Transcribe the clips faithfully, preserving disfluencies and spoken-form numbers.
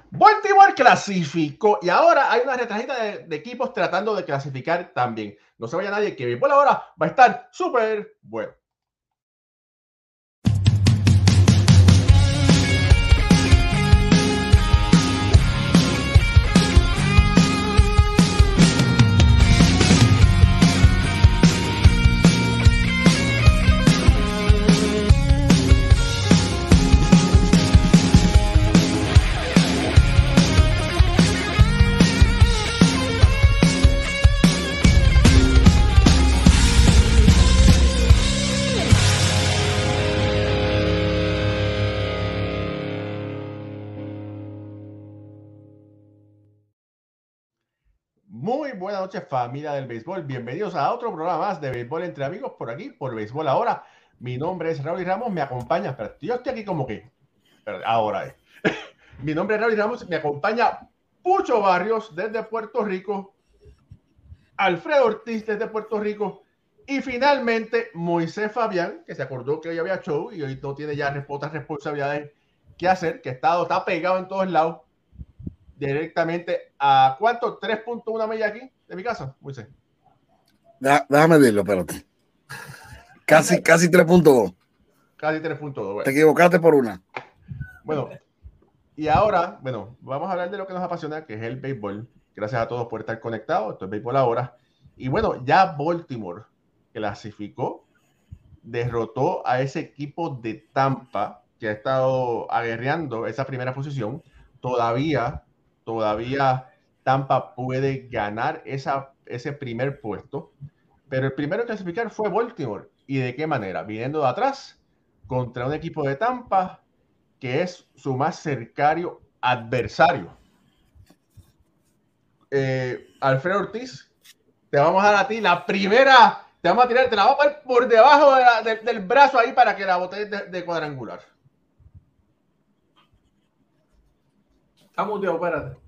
Baltimore clasificó y ahora hay una retrasita de, de equipos tratando de clasificar también. No se vaya nadie, que Béisbol Ahora va a estar súper bueno. Muy buenas noches, familia del béisbol. Bienvenidos a otro programa más de Béisbol entre Amigos por aquí, por Béisbol Ahora. Mi nombre es Raúl Ramos, me acompaña, pero yo estoy aquí como que, pero ahora es. Mi nombre es Raúl Ramos, me acompaña Pucho Barrios desde Puerto Rico, Alfredo Ortiz desde Puerto Rico y finalmente Moisés Fabián, que se acordó que hoy había show y hoy no tiene ya otras responsabilidades que hacer, que está, está pegado en todos lados. Directamente a ¿cuánto? tres punto uno millas aquí de mi casa, Moisés. Da, déjame decirlo, espérate. Casi, casi tres punto dos. Casi tres punto dos. Bueno. Te equivocaste por una. Bueno, y ahora, bueno, vamos a hablar de lo que nos apasiona, que es el béisbol. Gracias a todos por estar conectados. Esto es Béisbol Ahora. Y bueno, ya Baltimore clasificó, derrotó a ese equipo de Tampa que ha estado aguerreando esa primera posición. Todavía Todavía Tampa puede ganar esa, ese primer puesto, pero el primero en clasificar fue Baltimore. ¿Y de qué manera? Viniendo de atrás contra un equipo de Tampa que es su más cercano adversario. Eh, Alfredo Ortiz, te vamos a dar a ti la primera, te vamos a tirar, te la vamos a poner por debajo de la, de, del brazo ahí para que la botes de, de cuadrangular. Estamos, tío, espérate.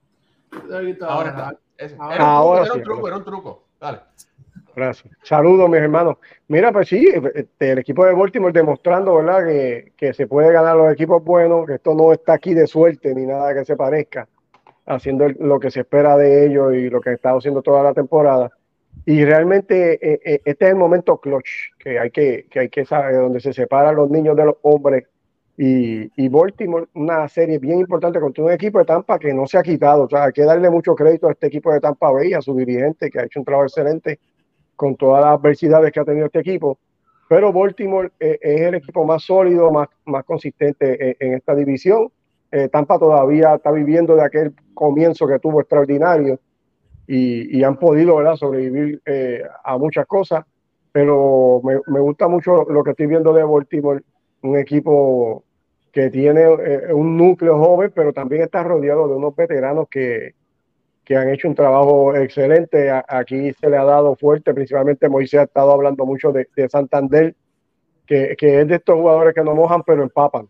Ahora está. Es, ahora, era, un ahora truco, sí, era un truco, era un truco. Dale. Gracias. Saludos, mis hermanos. Mira, pues sí, este, el equipo de Baltimore demostrando, ¿verdad?, que, que se puede ganar los equipos buenos, que esto no está aquí de suerte ni nada que se parezca, haciendo lo que se espera de ellos y lo que han estado haciendo toda la temporada. Y realmente eh, eh, este es el momento clutch, que hay que, que hay que saber, donde se separan los niños de los hombres. Y, y Baltimore, una serie bien importante contra un equipo de Tampa que no se ha quitado. O sea, hay que darle mucho crédito a este equipo de Tampa Bay, a su dirigente, que ha hecho un trabajo excelente con todas las adversidades que ha tenido este equipo. Pero Baltimore eh, es el equipo más sólido, más, más consistente en, en esta división. Eh, Tampa todavía está viviendo de aquel comienzo que tuvo extraordinario y, y han podido, ¿verdad?, sobrevivir eh, a muchas cosas. Pero me, me gusta mucho lo que estoy viendo de Baltimore, un equipo que tiene eh, un núcleo joven, pero también está rodeado de unos veteranos que, que han hecho un trabajo excelente. A, aquí se le ha dado fuerte, principalmente Moisés ha estado hablando mucho de, de Santander, que, que es de estos jugadores que no mojan, pero empapan.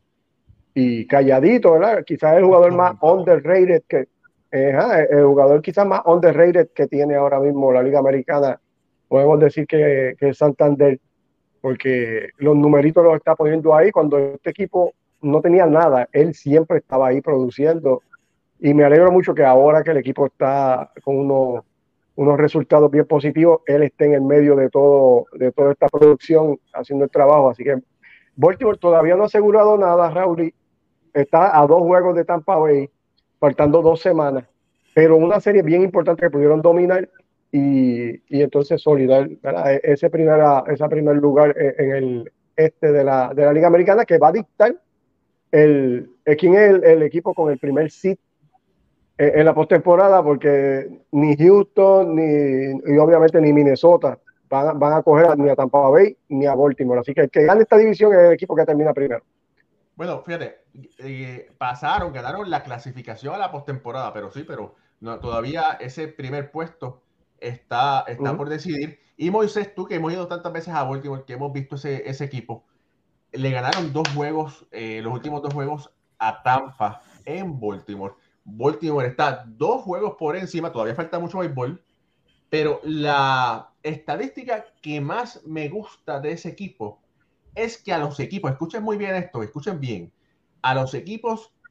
Y calladito, ¿verdad? Quizás el jugador más underrated que, eh, el jugador quizás más underrated que tiene ahora mismo la Liga Americana, podemos decir que, que es Santander, porque los numeritos los está poniendo ahí. Cuando este equipo no tenía nada, él siempre estaba ahí produciendo, y me alegro mucho que ahora que el equipo está con unos, unos resultados bien positivos, él esté en el medio de todo, de toda esta producción haciendo el trabajo. Así que Baltimore todavía no ha asegurado nada, Raúl, está a dos juegos de Tampa Bay, faltando dos semanas, pero una serie bien importante que pudieron dominar y, y entonces solidar, ¿verdad?, ese primera, ese primer lugar en el este de la, de la Liga Americana, que va a dictar el, el quién es el, el equipo con el primer seed en, en la postemporada, porque ni Houston ni y obviamente ni Minnesota van, van a coger ni a Tampa Bay ni a Baltimore, así que el que gane esta división es el equipo que termina primero. Bueno, fíjate, eh, pasaron, ganaron la clasificación a la postemporada, pero sí, pero no, todavía ese primer puesto está, está uh-huh. por decidir. Y Moisés, tú que hemos ido tantas veces a Baltimore, que hemos visto ese, ese equipo, le ganaron dos juegos, eh, los últimos dos juegos a Tampa en Baltimore. Baltimore está dos juegos por encima, todavía falta mucho béisbol, pero la estadística que más me gusta de ese equipo es que a los equipos, escuchen muy bien esto, escuchen bien, a los equipos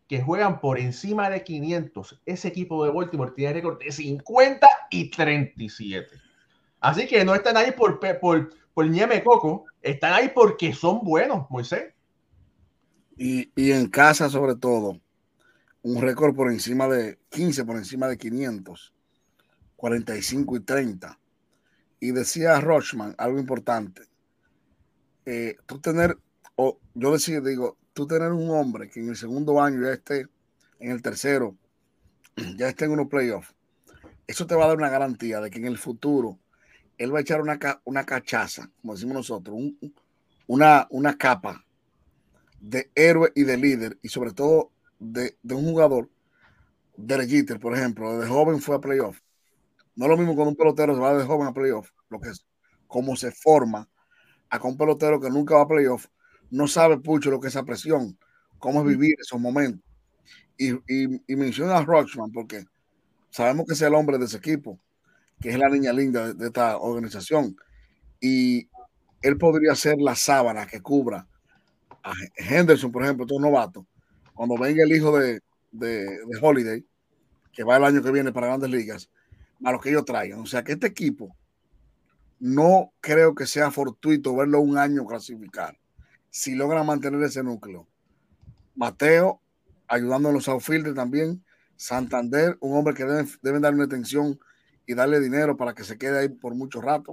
que juegan por encima de quinientos, ese equipo de Baltimore tiene récord de cincuenta y treinta y siete. Así que no están ahí por, por, por ñeme coco, están ahí porque son buenos, Moisés. Y, y en casa, sobre todo, un récord por encima de quince, por encima de quinientos, cuarenta y cinco y treinta. Y decía Rochman algo importante. Eh, tú tener, o yo decía, digo, tú tener un hombre que en el segundo año ya esté, en el tercero, ya esté en unos playoffs, eso te va a dar una garantía de que en el futuro él va a echar una, una cachaza, como decimos nosotros, un, una, una capa de héroe y de líder, y sobre todo de, de un jugador, de Jeter, por ejemplo, de joven fue a playoff. No es lo mismo cuando un pelotero se va de joven a playoff, lo que es cómo se forma a un pelotero que nunca va a playoff, no sabe mucho lo que es esa presión, cómo es vivir esos momentos. Y, y, y menciona a Rochman porque sabemos que es el hombre de ese equipo, que es la niña linda de, de esta organización, y él podría ser la sábana que cubra a Henderson, por ejemplo, todo novato, cuando venga el hijo de, de, de Holiday, que va el año que viene para Grandes Ligas, a lo que ellos traigan. O sea que este equipo no creo que sea fortuito verlo un año clasificar, si logran mantener ese núcleo. Mateo, ayudando a los outfielders también, Santander, un hombre que deben, deben darle una atención y darle dinero para que se quede ahí por mucho rato,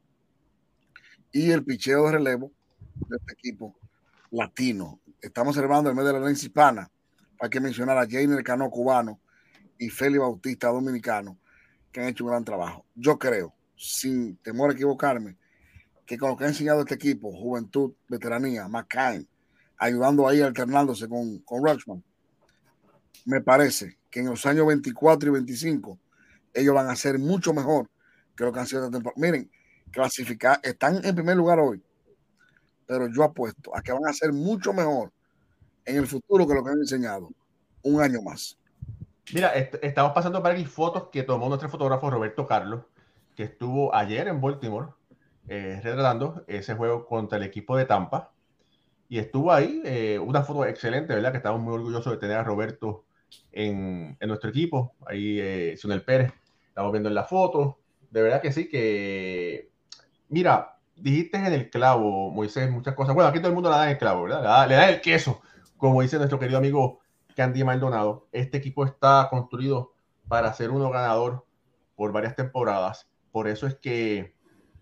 y el picheo de relevo de este equipo latino. Estamos celebrando el mes de la herencia hispana. Hay que mencionar a Jainer Cano, cubano, y Félix Bautista, dominicano, que han hecho un gran trabajo. Yo creo, sin temor a equivocarme, que con lo que ha enseñado este equipo, juventud, veteranía, McCain, ayudando ahí, alternándose con, con Rochman, me parece que en los años veinticuatro y veinticinco ellos van a ser mucho mejor que lo que han sido esta temporada. Miren, clasificar, están en primer lugar hoy, pero yo apuesto a que van a ser mucho mejor en el futuro que lo que han enseñado un año más. Mira, est estamos pasando por aquí fotos que tomó nuestro fotógrafo Roberto Carlos, que estuvo ayer en Baltimore eh, retratando ese juego contra el equipo de Tampa, y estuvo ahí, eh, una foto excelente, ¿verdad? Que estamos muy orgullosos de tener a Roberto en, en nuestro equipo, ahí eh, Sionel Pérez, estamos viendo en la foto, de verdad que sí, que mira, dijiste en el clavo, Moisés, muchas cosas. Bueno, aquí todo el mundo le da en el clavo, ¿verdad? Le da, le da el queso, como dice nuestro querido amigo Candy Maldonado. Este equipo está construido para ser uno ganador por varias temporadas. Por eso es que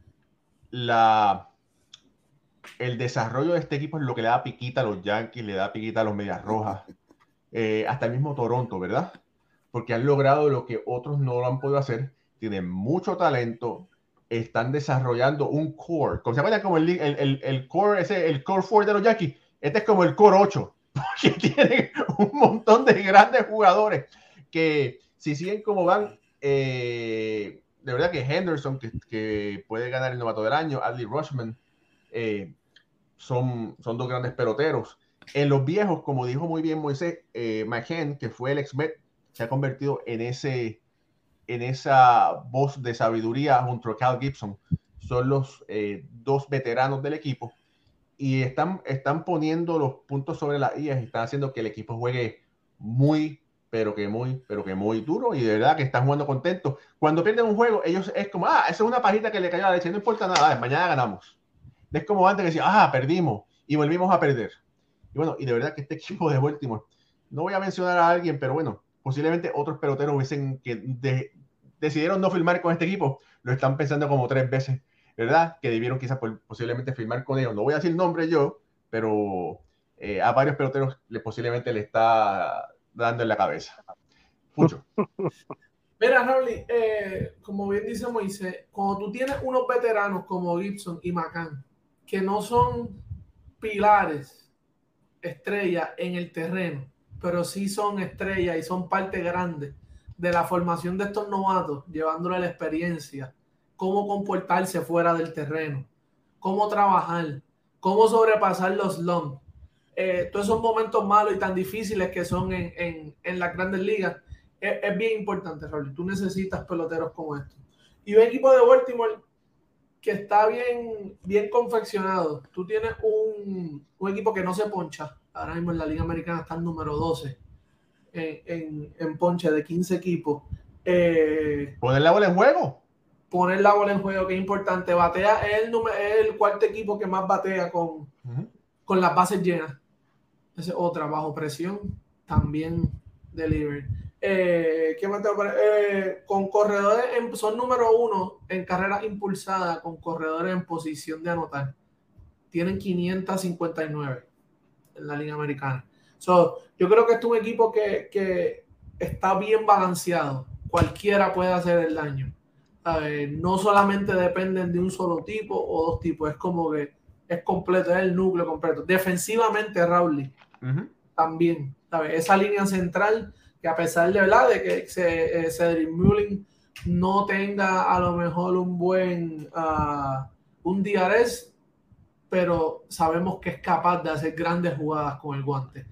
la, el desarrollo de este equipo es lo que le da piquita a los Yankees, le da piquita a los Medias Rojas, eh, hasta el mismo Toronto, ¿verdad? Porque han logrado lo que otros no lo han podido hacer. Tienen mucho talento, están desarrollando un core. ¿Se acuerdan como el, el, el, el core, ese, el core four de los Yankees? Este es como el core ocho, porque tienen un montón de grandes jugadores que si siguen como van, eh, de verdad que Henderson, que, que puede ganar el novato del año, Adley Rutschman, eh, son, son dos grandes peloteros. En los viejos, como dijo muy bien Moisés, eh, McCann, que fue el ex-Met, se ha convertido en ese en esa voz de sabiduría junto a Cal Gibson. Son los eh, dos veteranos del equipo y están, están poniendo los puntos sobre las ías y están haciendo que el equipo juegue muy, pero que muy, pero que muy duro, y de verdad que están jugando contentos. Cuando pierden un juego, ellos es como, ah, eso es una pajita que le cayó a la leche, no importa nada, mañana ganamos. Es como antes que decía, ah, perdimos y volvimos a perder. Y bueno, y de verdad que este equipo de Baltimore, no voy a mencionar a alguien, pero bueno, posiblemente otros peloteros hubiesen que de, decidieron no firmar con este equipo, lo están pensando como tres veces, ¿verdad? Que debieron quizás posiblemente firmar con ellos. No voy a decir nombre yo, pero eh, a varios peloteros le, posiblemente le está dando en la cabeza. Mucho. Mira, Raúl, eh, como bien dice Moisés, cuando tú tienes unos veteranos como Gibson y McCann, que no son pilares, estrellas en el terreno, pero sí son estrellas y son parte grande de la formación de estos novatos, llevándole la experiencia, cómo comportarse fuera del terreno, cómo trabajar, cómo sobrepasar los slumps, eh, todos esos momentos malos y tan difíciles que son en, en, en las grandes ligas, es, es bien importante, Raúl. Tú necesitas peloteros como estos. Y un equipo de Baltimore que está bien, bien confeccionado. Tú tienes un, un equipo que no se poncha. Ahora mismo en la Liga Americana está el número doce. en, en, en ponche de quince equipos. Eh, poner la bola en juego. Poner la bola en juego, que es importante. Batea es el, es el cuarto equipo que más batea con, uh-huh. con las bases llenas. Esa es otra, bajo presión, también delivery. Eh, ¿qué más tengo? Eh, con corredores, en, son número uno en carreras impulsadas, con corredores en posición de anotar. Tienen quinientos cincuenta y nueve en la Liga Americana. So, yo creo que este es un equipo que, que está bien balanceado. Cualquiera puede hacer el daño. Eh, no solamente dependen de un solo tipo o dos tipos, es como que es completo, es el núcleo completo. Defensivamente, Raúl, uh-huh. también, ¿sabes? Esa línea central, que a pesar de, ¿verdad? de que se, eh, Cedric Mullin no tenga a lo mejor un buen uh, un D R S, pero sabemos que es capaz de hacer grandes jugadas con el guante.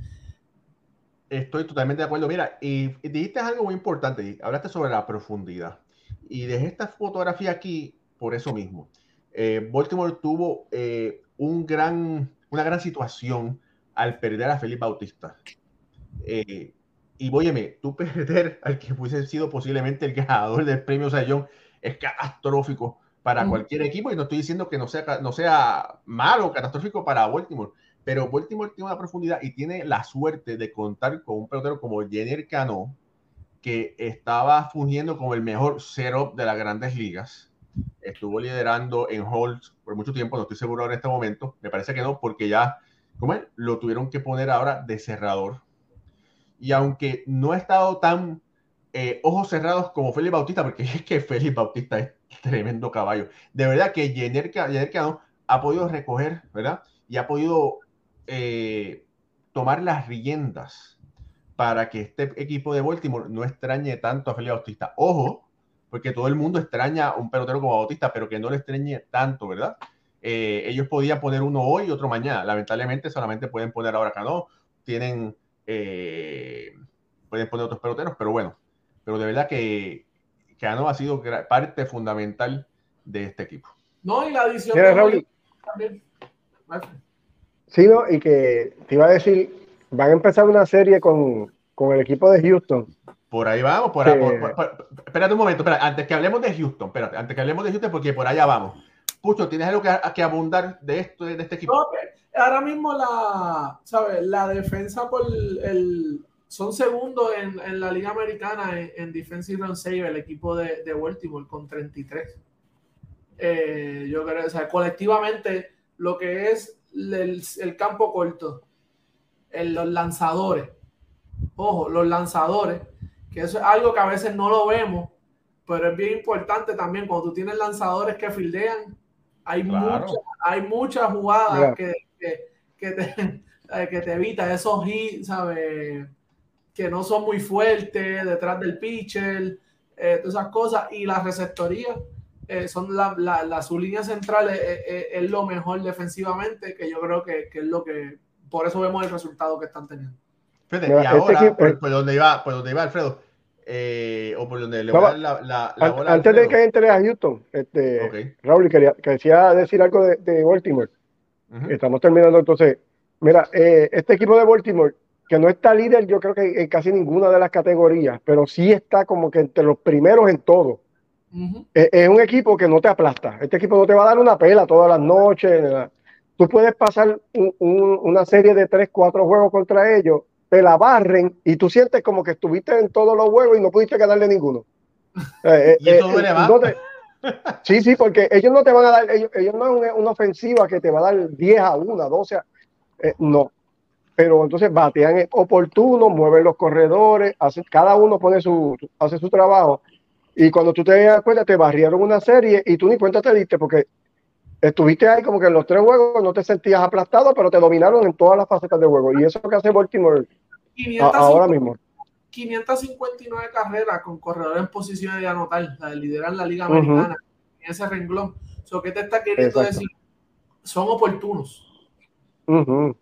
Estoy totalmente de acuerdo. Mira, y, y dijiste algo muy importante, hablaste sobre la profundidad. Y dejé esta fotografía aquí por eso mismo. Eh, Baltimore tuvo eh, un gran, una gran situación al perder a Félix Bautista. Eh, y óyeme, tú perder al que hubiese sido posiblemente el ganador del premio Cy Young es catastrófico para mm. cualquier equipo. Y no estoy diciendo que no sea, no sea malo o catastrófico para Baltimore. Pero Baltimore tiene una profundidad y tiene la suerte de contar con un pelotero como Jenner Cano, que estaba fungiendo como el mejor setup de las grandes ligas. Estuvo liderando en holds por mucho tiempo, no estoy seguro ahora en este momento. Me parece que no, porque ya ¿cómo es? Lo tuvieron que poner ahora de cerrador. Y aunque no ha estado tan eh, ojos cerrados como Félix Bautista, porque es que Félix Bautista es tremendo caballo. De verdad que Jenner, Jenner Cano ha podido recoger, ¿verdad? Y ha podido eh, tomar las riendas para que este equipo de Baltimore no extrañe tanto a Félix Bautista. Ojo, porque todo el mundo extraña a un pelotero como Bautista, pero que no le extrañe tanto, ¿verdad? Eh, ellos podían poner uno hoy y otro mañana. Lamentablemente solamente pueden poner ahora Cano. Tienen, eh, pueden poner otros peloteros, pero bueno. Pero de verdad que Cano ha sido parte fundamental de este equipo. No, y la adición de Raúl también. Sí, no, y que te iba a decir, van a empezar una serie con, con el equipo de Houston. Por ahí vamos, por, que... por, por, por, espérate un momento, espérate, antes que hablemos de Houston, espérate, antes que hablemos de Houston, porque por allá vamos. Pucho, ¿tienes algo que, que abundar de esto, de este equipo? No, ahora mismo la, ¿sabes? La defensa por el, el son segundos en, en la Liga Americana en, en Defensive Run Save, el equipo de, de Baltimore con treinta y tres. Eh, yo creo, o sea, colectivamente lo que es el, el campo corto, el, los lanzadores, ojo, los lanzadores, que eso es algo que a veces no lo vemos, pero es bien importante también cuando tú tienes lanzadores que fildean. Hay, claro. mucha, hay muchas jugadas que, que, que, te, que te evitan esos hits, ¿sabes? Que no son muy fuertes detrás del pitcher, eh, todas esas cosas. Y las receptorías eh, son la, la, la, su línea central es, es, es lo mejor defensivamente, que yo creo que, que es lo que, por eso vemos el resultado que están teniendo. Fíjate, Mira, y ahora, este equipo, por, por, donde iba, por donde iba Alfredo, eh, o por donde le voy a dar la, la, la bola. Antes de que entre a Houston, este, okay. Raúl, quería, quería decir algo de, de Baltimore. Uh-huh. Estamos terminando entonces. Mira, eh, este equipo de Baltimore, que no está líder, yo creo que en casi ninguna de las categorías, pero sí está como que entre los primeros en todo. Uh-huh. Es, es un equipo que no te aplasta. Este equipo no te va a dar una pela todas las noches. ¿Verdad? Tú puedes pasar un, un, una serie de tres, cuatro juegos contra ellos, te la barren y tú sientes como que estuviste en todos los juegos y no pudiste ganarle ninguno. Eh, ¿Y eso eh, duele más? No te, sí, sí, porque ellos no te van a dar, ellos, ellos no es una, una ofensiva que te va a dar diez a uno, doce a, eh, no. Pero entonces batean oportuno, mueven los corredores, hace, cada uno pone su, hace su trabajo. Y cuando tú te das cuenta, te barrieron una serie y tú ni cuenta te diste porque estuviste ahí como que en los tres juegos no te sentías aplastado, pero te dominaron en todas las facetas del juego. Y eso es lo que hace Baltimore quinientos cincuenta, ahora mismo. quinientas cincuenta y nueve carreras con corredores en posiciones de anotar, la de liderar la Liga Americana, uh-huh. en ese renglón. So, ¿qué te está queriendo Exacto. decir? Son oportunos. Uh-huh.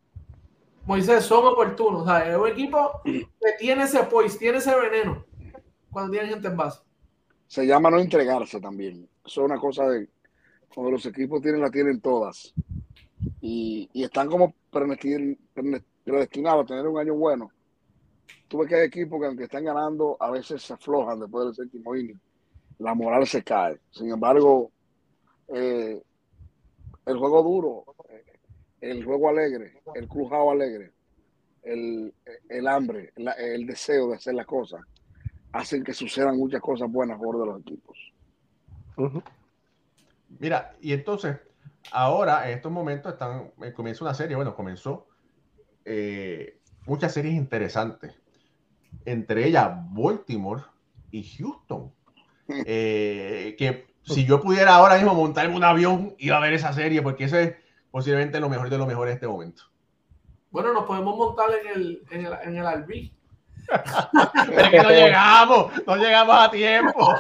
Moisés, son oportunos. O sea, es un equipo que tiene ese poise, tiene ese veneno cuando tiene gente en base. Se llama no entregarse también. Eso es una cosa de cuando los equipos tienen, la tienen todas. Y, y están como predestinados a tener un año bueno. tú ves que hay equipos que aunque están ganando, a veces se aflojan después del séptimo inning. La moral se cae. Sin embargo, eh, el juego duro, el juego alegre, el crujado alegre, el, el hambre, la, el deseo de hacer las cosas, hacen que sucedan muchas cosas buenas a favor de los equipos. Uh-huh. Mira, y entonces, ahora en estos momentos están, eh, comienza una serie, bueno, comenzó eh, muchas series interesantes, entre ellas Baltimore y Houston. Eh, que si yo pudiera ahora mismo montarme un avión, iba a ver esa serie, porque eso es posiblemente lo mejor de lo mejor en este momento. Bueno, nos podemos montar en el, en el, en el R V. Pero es que no llegamos, no llegamos a tiempo.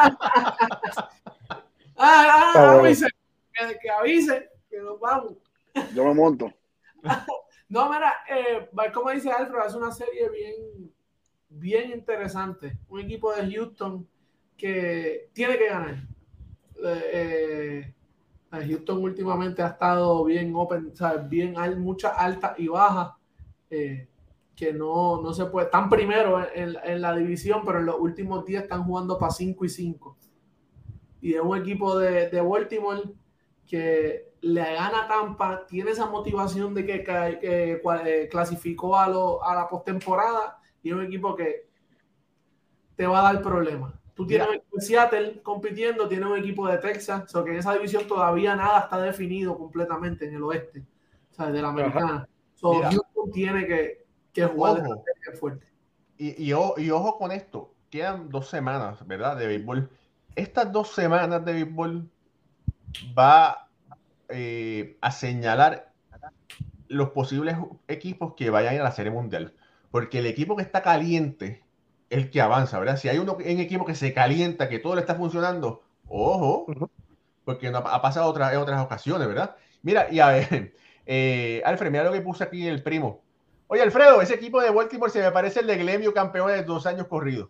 ah, ah, avise, que, que avise, que nos vamos. Yo me monto. No, mira, eh, como dice Alfred, es una serie bien, bien interesante. Un equipo de Houston que tiene que ganar. Eh, eh, Houston últimamente ha estado bien open, ¿sabes? Bien, hay muchas altas y bajas. Eh, que no, no se puede, están primero en, en la división, pero en los últimos días están jugando para cinco y cinco. Y es un equipo de, de Baltimore que le gana a Tampa, tiene esa motivación de que, que, que, que clasificó a, lo, a la postemporada, y es un equipo que te va a dar problemas. Tú tienes yeah. un Seattle compitiendo, tienes un equipo de Texas, o sea, que en esa división todavía nada está definido completamente en el oeste, o sea, de la americana. So, Houston tiene que que jugar ojo, de fuerte. Y, y, y ojo con esto, quedan dos semanas, ¿verdad? De béisbol. Estas dos semanas de béisbol va eh, a señalar los posibles equipos que vayan a la Serie Mundial. Porque el equipo que está caliente es el que avanza, ¿verdad? Si hay uno, un equipo que se calienta, que todo le está funcionando, ojo, uh-huh. porque no ha, ha pasado otra, en otras ocasiones, ¿verdad? Mira, y a ver, eh, Alfred, mira lo que puse aquí el primo. Oye, Alfredo, ese equipo de Baltimore se me parece el de Gremio campeón de dos años corridos.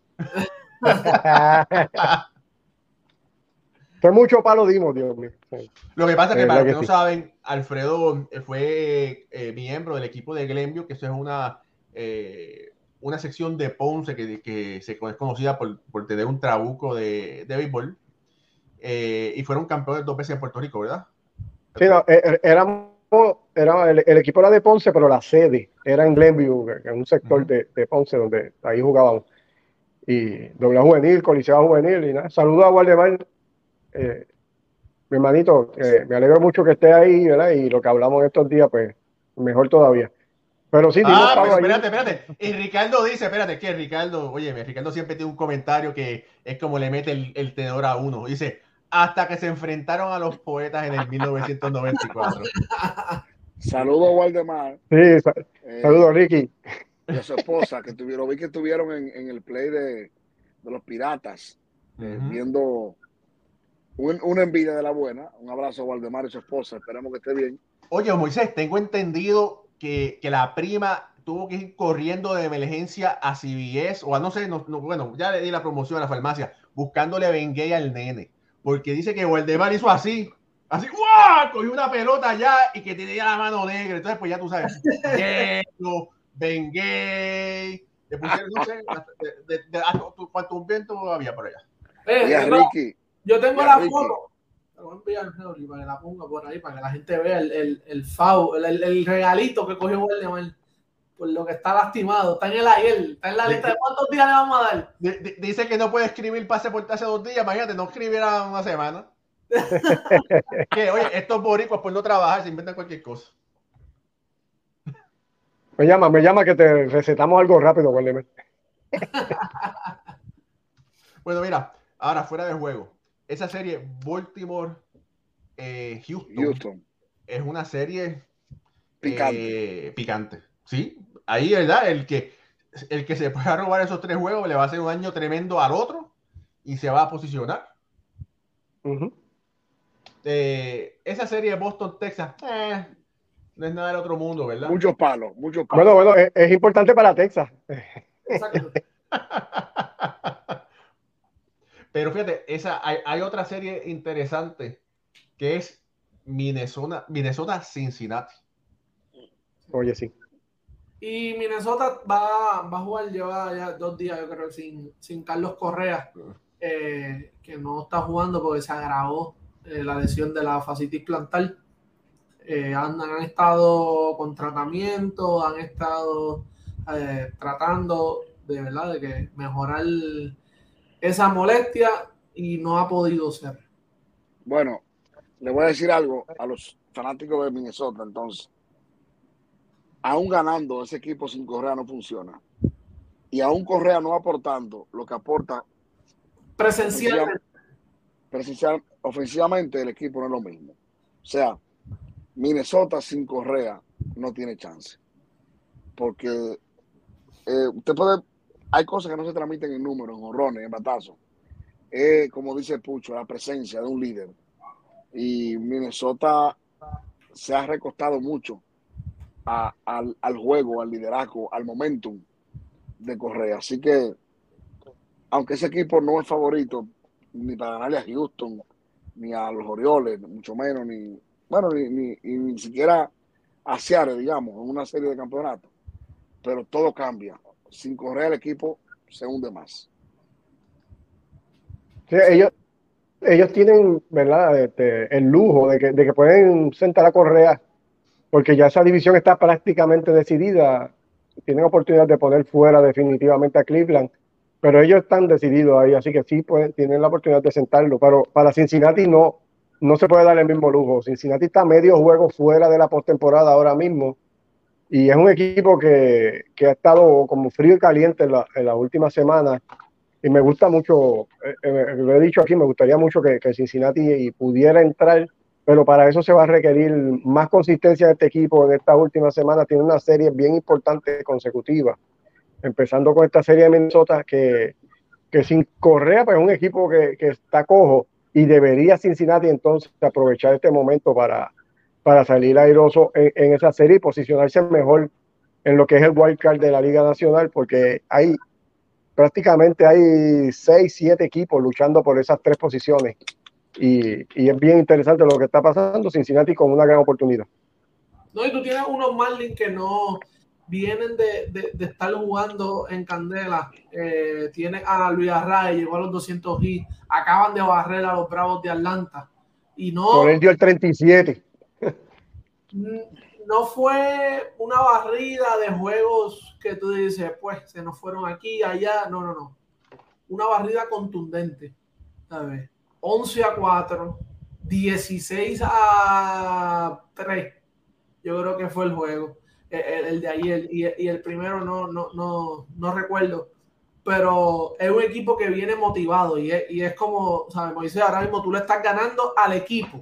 Fue mucho palo dimos, Dios mío. Sí. Lo que pasa es que, eh, para los que, que no sí. saben, Alfredo fue eh, miembro del equipo de Gremio, que eso es una, eh, una sección de Ponce que, que se es conocida por, por tener un trabuco de, de béisbol. Eh, y fueron campeones dos veces en Puerto Rico, ¿verdad? Sí, no, éramos, era el, el equipo era de Ponce, pero la sede era en Glenview, que es un sector uh-huh. de, de Ponce donde ahí jugábamos. Y doble juvenil, coliseo juvenil y nada. Saludos a Waldemar, eh, mi hermanito, eh, me alegro mucho que esté ahí, ¿verdad? Y lo que hablamos en estos días, pues, mejor todavía. Pero sí, ah, pero espérate, espérate. Y Ricardo dice, espérate, que Ricardo, oye, Ricardo siempre tiene un comentario que es como le mete el, el tenor a uno. Dice, hasta que se enfrentaron a los poetas en el mil novecientos noventa y cuatro. Saludos a Waldemar. Sí, sa eh, saludos Ricky. Y a su esposa, que tuvieron, vi que estuvieron en, en el play de, de los Piratas, eh, uh-huh. viendo un, una envidia de la buena. Un abrazo a Waldemar y su esposa, esperemos que esté bien. Oye, Moisés, tengo entendido que, que la prima tuvo que ir corriendo de emergencia a C B S, o a no sé, no, no, bueno, ya le di la promoción a la farmacia, buscándole Bengay al nene, porque dice que Waldemar hizo así, así, ¡guau! Cogió una pelota allá y que tenía la mano negra, entonces pues ya tú sabes, hielo, Bengay, le pusieron, no sé, de, de, de, de, cuánto viento había por allá. Eh, ya, yo, Ricky, yo tengo ya, la Ricky. foto. Te voy a enviar para que la ponga por ahí, para que la gente vea el, el, el FAU, el, el regalito que cogió Waldemar por lo que está lastimado. Está en el ayer, está en la lista de cuántos días le vamos a dar. Dice que no puede escribir pase por hace dos días, imagínate, no escribiera una semana. Que, oye, estos boricuas por no trabajar se inventan cualquier cosa. Me llama, me llama que te recetamos algo rápido, Waldemar. Bueno, mira, ahora fuera de juego. Esa serie Baltimore eh, Houston, Houston es una serie picante. Eh, picante. Sí, ahí, ¿verdad? El que, el que se pueda robar esos tres juegos le va a hacer un daño tremendo al otro y se va a posicionar. Uh-huh. Eh, esa serie de Boston, Texas, eh, no es nada del otro mundo, ¿verdad? Muchos palos, muchos palos. Bueno, bueno, es, es importante para Texas. Exacto. Pero fíjate, esa, hay, hay otra serie interesante que es Minnesota, Minnesota Cincinnati. Oye, sí. Y Minnesota va, va a jugar, lleva ya dos días, yo creo, sin, sin Carlos Correa, eh, que no está jugando porque se agravó eh, la lesión de la fascitis plantar. Eh, han, han estado con tratamiento, han estado eh, tratando de verdad de que mejorar esa molestia y no ha podido ser. Bueno, le voy a decir algo a los fanáticos de Minnesota, entonces. Aún ganando, ese equipo sin Correa no funciona. Y aún Correa no aportando lo que aporta presencialmente. Presencial, ofensivamente, el equipo no es lo mismo. O sea, Minnesota sin Correa no tiene chance. Porque eh, usted puede, hay cosas que no se transmiten en números, en honrones, en batazos. Es, como dice Pucho, la presencia de un líder. Y Minnesota se ha recostado mucho A, al, al juego, al liderazgo, al momentum de Correa. Así que, aunque ese equipo no es favorito ni para ganarle a Houston, ni a los Orioles, mucho menos, ni bueno, ni, ni, ni siquiera a Seattle, digamos, en una serie de campeonatos. Pero todo cambia. Sin Correa el equipo se hunde más. Sí, ellos, ellos tienen, ¿verdad? Este, el lujo de que, de que pueden sentar a Correa, porque ya esa división está prácticamente decidida. Tienen oportunidad de poner fuera definitivamente a Cleveland, pero ellos están decididos ahí, así que sí pueden, tienen la oportunidad de sentarlo. Pero para Cincinnati no, no se puede dar el mismo lujo. Cincinnati está medio juego fuera de la postemporada ahora mismo, y es un equipo que, que ha estado como frío y caliente en la, en las últimas semanas. Y me gusta mucho, eh, eh, lo he dicho aquí, me gustaría mucho que, que Cincinnati pudiera entrar, pero para eso se va a requerir más consistencia de este equipo en estas últimas semanas. Tiene una serie bien importante consecutiva, empezando con esta serie de Minnesota, que, que sin Correa, pues es un equipo que, que está cojo, y debería Cincinnati entonces aprovechar este momento para, para salir airoso en, en esa serie y posicionarse mejor en lo que es el wild card de la Liga Nacional, porque hay prácticamente hay seis, siete equipos luchando por esas tres posiciones. Y, y es bien interesante lo que está pasando. Cincinnati con una gran oportunidad. No, y tú tienes unos Marlins que no vienen de, de, de estar jugando en candela. Eh, tienes a Luis Arraez, llegó a los doscientos hits. Acaban de barrer a los Bravos de Atlanta. Y no. Por él dio el treinta y siete. No fue una barrida de juegos que tú dices, pues se nos fueron aquí, allá. No, no, no. Una barrida contundente. ¿Sabes? once a cuatro, dieciséis a tres. Yo creo que fue el juego, el, el de ayer. Y, y el primero no, no, no, no recuerdo. Pero es un equipo que viene motivado. Y es, y es como, ¿sabes? Moisés, ahora mismo tú le estás ganando al equipo.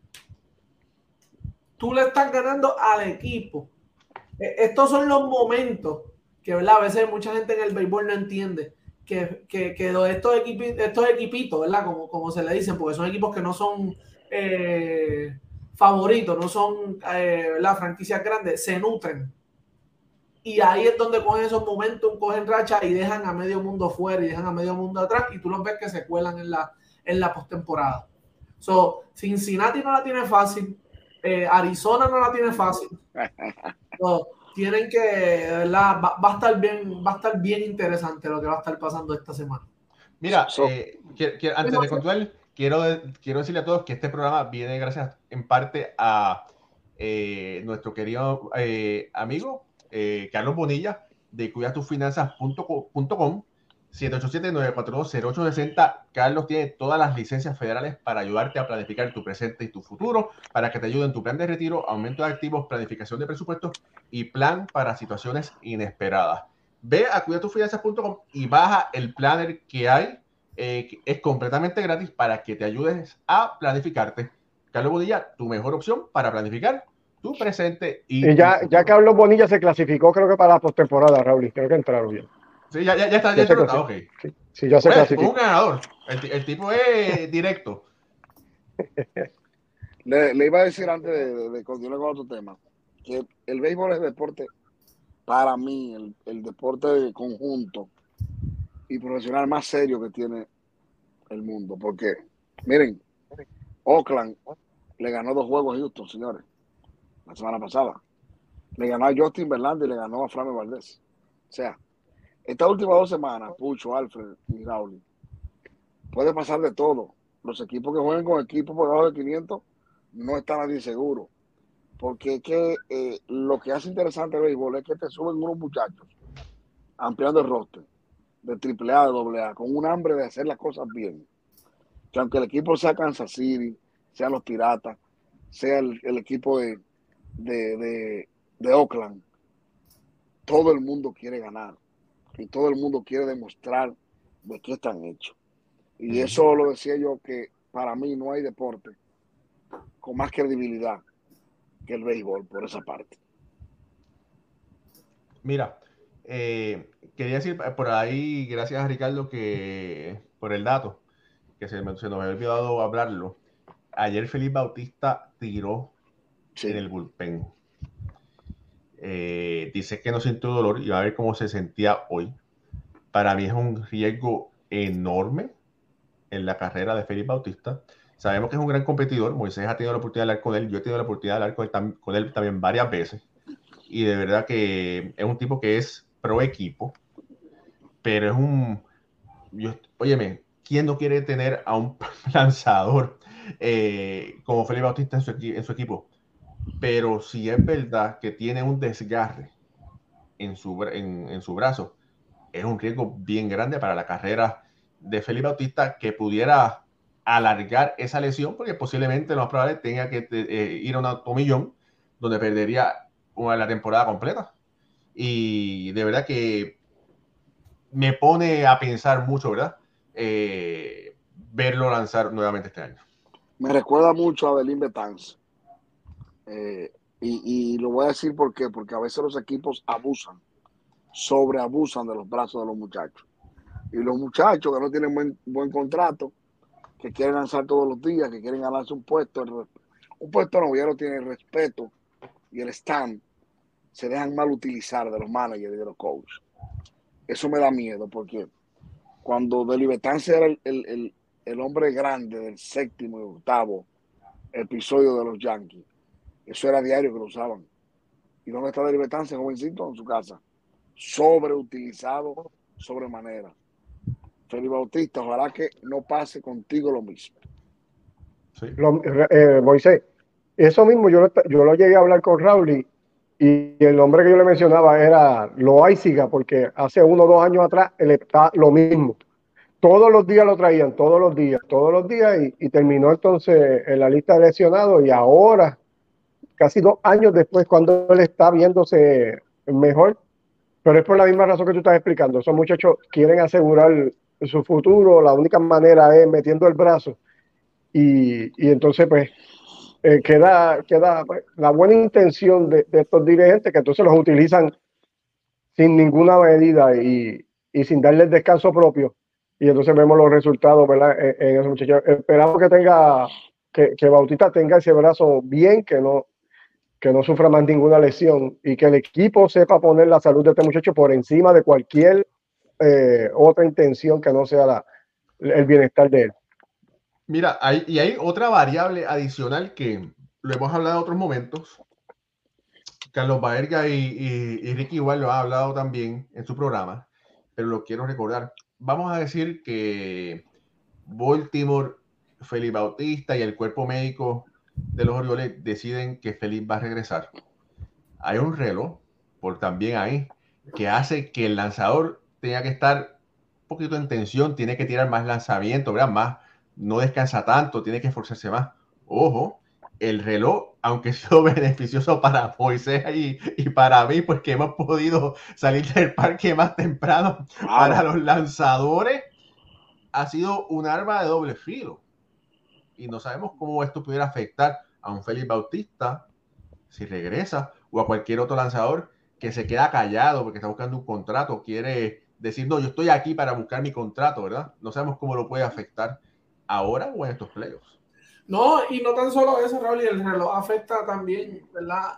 Tú le estás ganando al equipo. Estos son los momentos que, ¿verdad? A veces mucha gente en el béisbol no entiende que, que, que estos, equipos, estos equipitos, ¿verdad? Como, como se le dicen, porque son equipos que no son eh, favoritos, no son eh, las franquicias grandes, se nutren. Y ahí es donde cogen esos momentos, cogen racha y dejan a medio mundo fuera y dejan a medio mundo atrás, y tú los ves que se cuelan en la, en la postemporada. So, Cincinnati no la tiene fácil. Eh, Arizona no la tiene fácil. No, tienen que, ¿verdad? Va, va a estar bien, va a estar bien interesante lo que va a estar pasando esta semana. Mira, eh, que, que antes de continuar, quiero, quiero decirle a todos que este programa viene gracias en parte a eh, nuestro querido eh, amigo eh, Carlos Bonilla de cuida tus finanzas punto com. siete ocho siete, nueve cuatro dos, cero ocho seis cero. Carlos tiene todas las licencias federales para ayudarte a planificar tu presente y tu futuro, para que te ayuden en tu plan de retiro, aumento de activos, planificación de presupuestos y plan para situaciones inesperadas. Ve a cuida tus finanzas punto com y baja el planner que hay. Eh, que es completamente gratis para que te ayudes a planificarte. Carlos Bonilla, tu mejor opción para planificar tu presente y, y ya, tu ya Carlos Bonilla se clasificó, creo que para la postemporada, Raúl. Creo que entraron bien. Sí, ya, ya, ya está. Ya Ya se está, ok. Sí, sí, ya se pues, clasificó. Un ganador. El, el tipo es directo. Le, le iba a decir antes de, de, de continuar con otro tema, que el béisbol es deporte, para mí, el, el deporte de conjunto y profesional más serio que tiene el mundo. Porque, miren, Oakland le ganó dos juegos a Houston, señores, la semana pasada. Le ganó a Justin Verlander y le ganó a Framber Valdez. O sea, estas últimas dos semanas, Pucho, Alfred y Raúl, puede pasar de todo. Los equipos que juegan con equipos por debajo de quinientos no está nadie seguro. Porque es que eh, lo que hace interesante el béisbol es que te suben unos muchachos ampliando el roster de triple A, de doble A, con un hambre de hacer las cosas bien. Que aunque el equipo sea Kansas City, sea los Piratas, sea el, el equipo de, de, de, de Oakland, todo el mundo quiere ganar y todo el mundo quiere demostrar de qué están hechos. Y uh-huh. Eso lo decía yo, que para mí no hay deporte con más credibilidad que el béisbol por esa parte. Mira, eh, quería decir por ahí, gracias a Ricardo que por el dato, que se, me, se nos había olvidado hablarlo. Ayer Felipe Bautista tiró sí. en el bullpen. Eh, dice que no sintió dolor y va a ver cómo se sentía hoy. Para mí es un riesgo enorme en la carrera de Felipe Bautista. Sabemos que es un gran competidor. Moisés ha tenido la oportunidad de hablar con él. Yo he tenido la oportunidad de hablar con él, con él también varias veces. Y de verdad que es un tipo que es pro equipo. Pero es un... Yo, óyeme, ¿quién no quiere tener a un lanzador eh, como Felipe Bautista en su, en su equipo? Pero si es verdad que tiene un desgarre en su, en, en su brazo, es un riesgo bien grande para la carrera de Felipe Bautista, que pudiera alargar esa lesión, porque posiblemente lo más probable tenga que eh, ir a un tomillón, donde perdería una, la temporada completa. Y de verdad que me pone a pensar mucho, ¿verdad? Eh, verlo lanzar nuevamente este año. Me recuerda mucho a Adelín Betances. Eh, y, y lo voy a decir por qué, porque a veces los equipos abusan, sobreabusan de los brazos de los muchachos. Y los muchachos que no tienen buen, buen contrato, que quieren lanzar todos los días, que quieren ganarse un puesto, el, un puesto no, ya no tiene el respeto y el stand, se dejan mal utilizar de los managers y de los coaches. Eso me da miedo, porque cuando Deli Betances era el, el, el, el hombre grande del séptimo y octavo episodio de los Yankees, eso era diario que lo usaban. ¿Y dónde está Deli Betances, jovencito? En su casa. Sobreutilizado, sobremanera. Felipe Bautista, ojalá que no pase contigo lo mismo. Sí. Lo, eh, Moisés, eso mismo yo lo, yo lo llegué a hablar con Raúl y, y el nombre que yo le mencionaba era Loaiziga, porque hace uno o dos años atrás él está lo mismo. Todos los días lo traían, todos los días, todos los días y, y terminó entonces en la lista de lesionados y ahora, casi dos años después, cuando él está viéndose mejor, pero es por la misma razón que tú estás explicando. Esos muchachos quieren asegurar su futuro, la única manera es metiendo el brazo y, y entonces pues eh, queda, queda pues, la buena intención de, de estos dirigentes que entonces los utilizan sin ninguna medida y, y sin darles descanso propio y entonces vemos los resultados, ¿verdad? En, en esos muchachos. Esperamos que tenga que, que Bautista tenga ese brazo bien, que no que no sufra más ninguna lesión y que el equipo sepa poner la salud de este muchacho por encima de cualquier eh, otra intención que no sea la, el bienestar de él. Mira, hay, y hay otra variable adicional que lo hemos hablado en otros momentos. Carlos Baerga y, y, y Ricky igual lo ha hablado también en su programa, pero lo quiero recordar. Vamos a decir que Baltimore, Felipe Bautista y el cuerpo médico de los Orioles deciden que Felipe va a regresar. Hay un reloj, por también ahí, que hace que el lanzador tenga que estar un poquito en tensión, tiene que tirar más lanzamiento, ¿verdad? Más, no descansa tanto, tiene que esforzarse más. Ojo, el reloj, aunque ha sido beneficioso para Moisés y, y para mí, pues que hemos podido salir del parque más temprano, claro, para los lanzadores, ha sido un arma de doble filo. Y no sabemos cómo esto pudiera afectar a un Felipe Bautista si regresa o a cualquier otro lanzador que se queda callado porque está buscando un contrato, quiere decir, no, yo estoy aquí para buscar mi contrato, ¿verdad? No sabemos cómo lo puede afectar ahora o en estos playoffs. No, y no tan solo eso, Raúl, y el reloj afecta también, ¿verdad?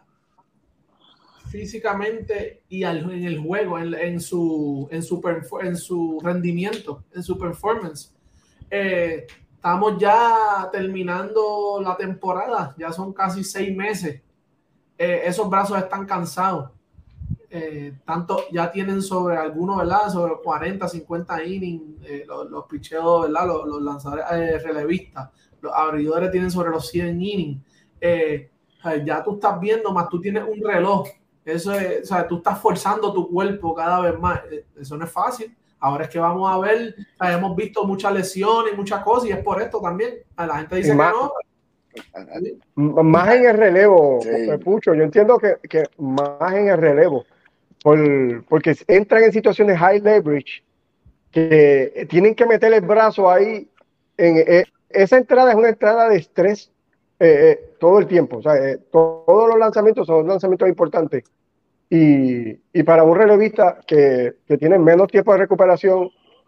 Físicamente y al, en el juego, en, en, su, en, su, en su rendimiento, en su performance. Eh, Estamos ya terminando la temporada, ya son casi seis meses eh, esos brazos están cansados. Eh, tanto ya tienen sobre algunos, ¿verdad? Sobre cuarenta, cincuenta innings, eh, los, los picheos, ¿verdad? Los, los lanzadores eh, relevistas, los abridores tienen sobre los cien innings. Eh, ya tú estás viendo, más tú tienes un reloj. Eso es, o sea, tú estás forzando tu cuerpo cada vez más. Eso no es fácil. Ahora es que vamos a ver, o sea, hemos visto muchas lesiones, muchas cosas, y es por esto también. La gente dice más, que no. Más en el relevo, sí. Pucho. Yo entiendo que, que más en el relevo. Por, porque entran en situaciones high leverage que tienen que meter el brazo ahí. En, eh, esa entrada es una entrada de estrés eh, eh, todo el tiempo. O sea, eh, to, todos los lanzamientos son lanzamientos importantes. Y, y para un relevista que, que tiene menos tiempo de recuperación,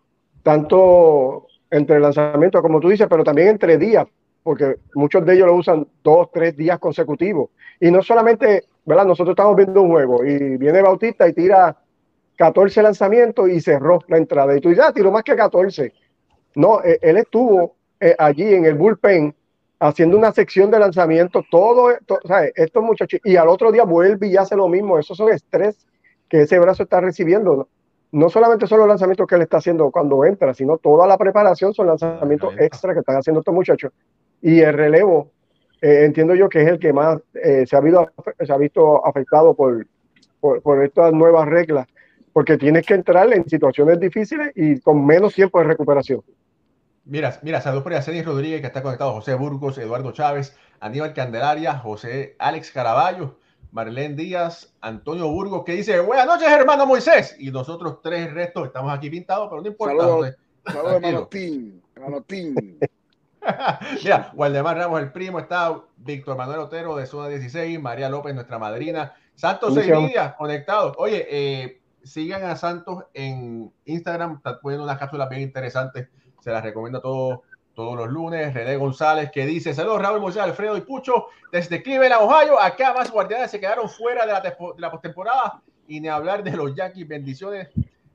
tanto entre lanzamientos, como tú dices, pero también entre días, porque muchos de ellos lo usan dos, tres días consecutivos. Y no solamente, ¿verdad? Nosotros estamos viendo un juego y viene Bautista y tira catorce lanzamientos y cerró la entrada. Y tú dices, ah, tiró más que catorce. No, eh, él estuvo eh, allí en el bullpen haciendo una sección de lanzamientos, todo, to, ¿sabes? Estos muchachos, y al otro día vuelve y hace lo mismo. Esos son estrés que ese brazo está recibiendo, ¿no? No solamente son los lanzamientos que él está haciendo cuando entra, sino toda la preparación son lanzamientos extra que están haciendo estos muchachos. Y el relevo, eh, entiendo yo que es el que más eh, se, ha visto, se ha visto afectado por, por, por estas nuevas reglas, porque tienes que entrar en situaciones difíciles y con menos tiempo de recuperación. Mira, mira, saludos por Yaceni Rodríguez, que está conectado, José Burgos, Eduardo Chávez, Aníbal Candelaria, José Alex Caraballo, Marlene Díaz, Antonio Burgos, que dice, buenas noches, hermano Moisés. Y nosotros tres restos estamos aquí pintados, pero no importa. Saludos, saludos hermano Tim, hermano Tim. Mira, Waldemar Ramos, el primo, está Víctor Manuel Otero de Zona dieciséis, María López, nuestra madrina, Santos Sevilla, conectados. Oye, eh, sigan a Santos en Instagram, está poniendo unas cápsulas bien interesantes, se las recomiendo a todos, todos los lunes. René González, que dice, saludos Raúl Moisés, Alfredo y Pucho, desde Cleveland, Ohio, acá más guardianes se quedaron fuera de la, de la postemporada, y ni hablar de los Yankees, bendiciones.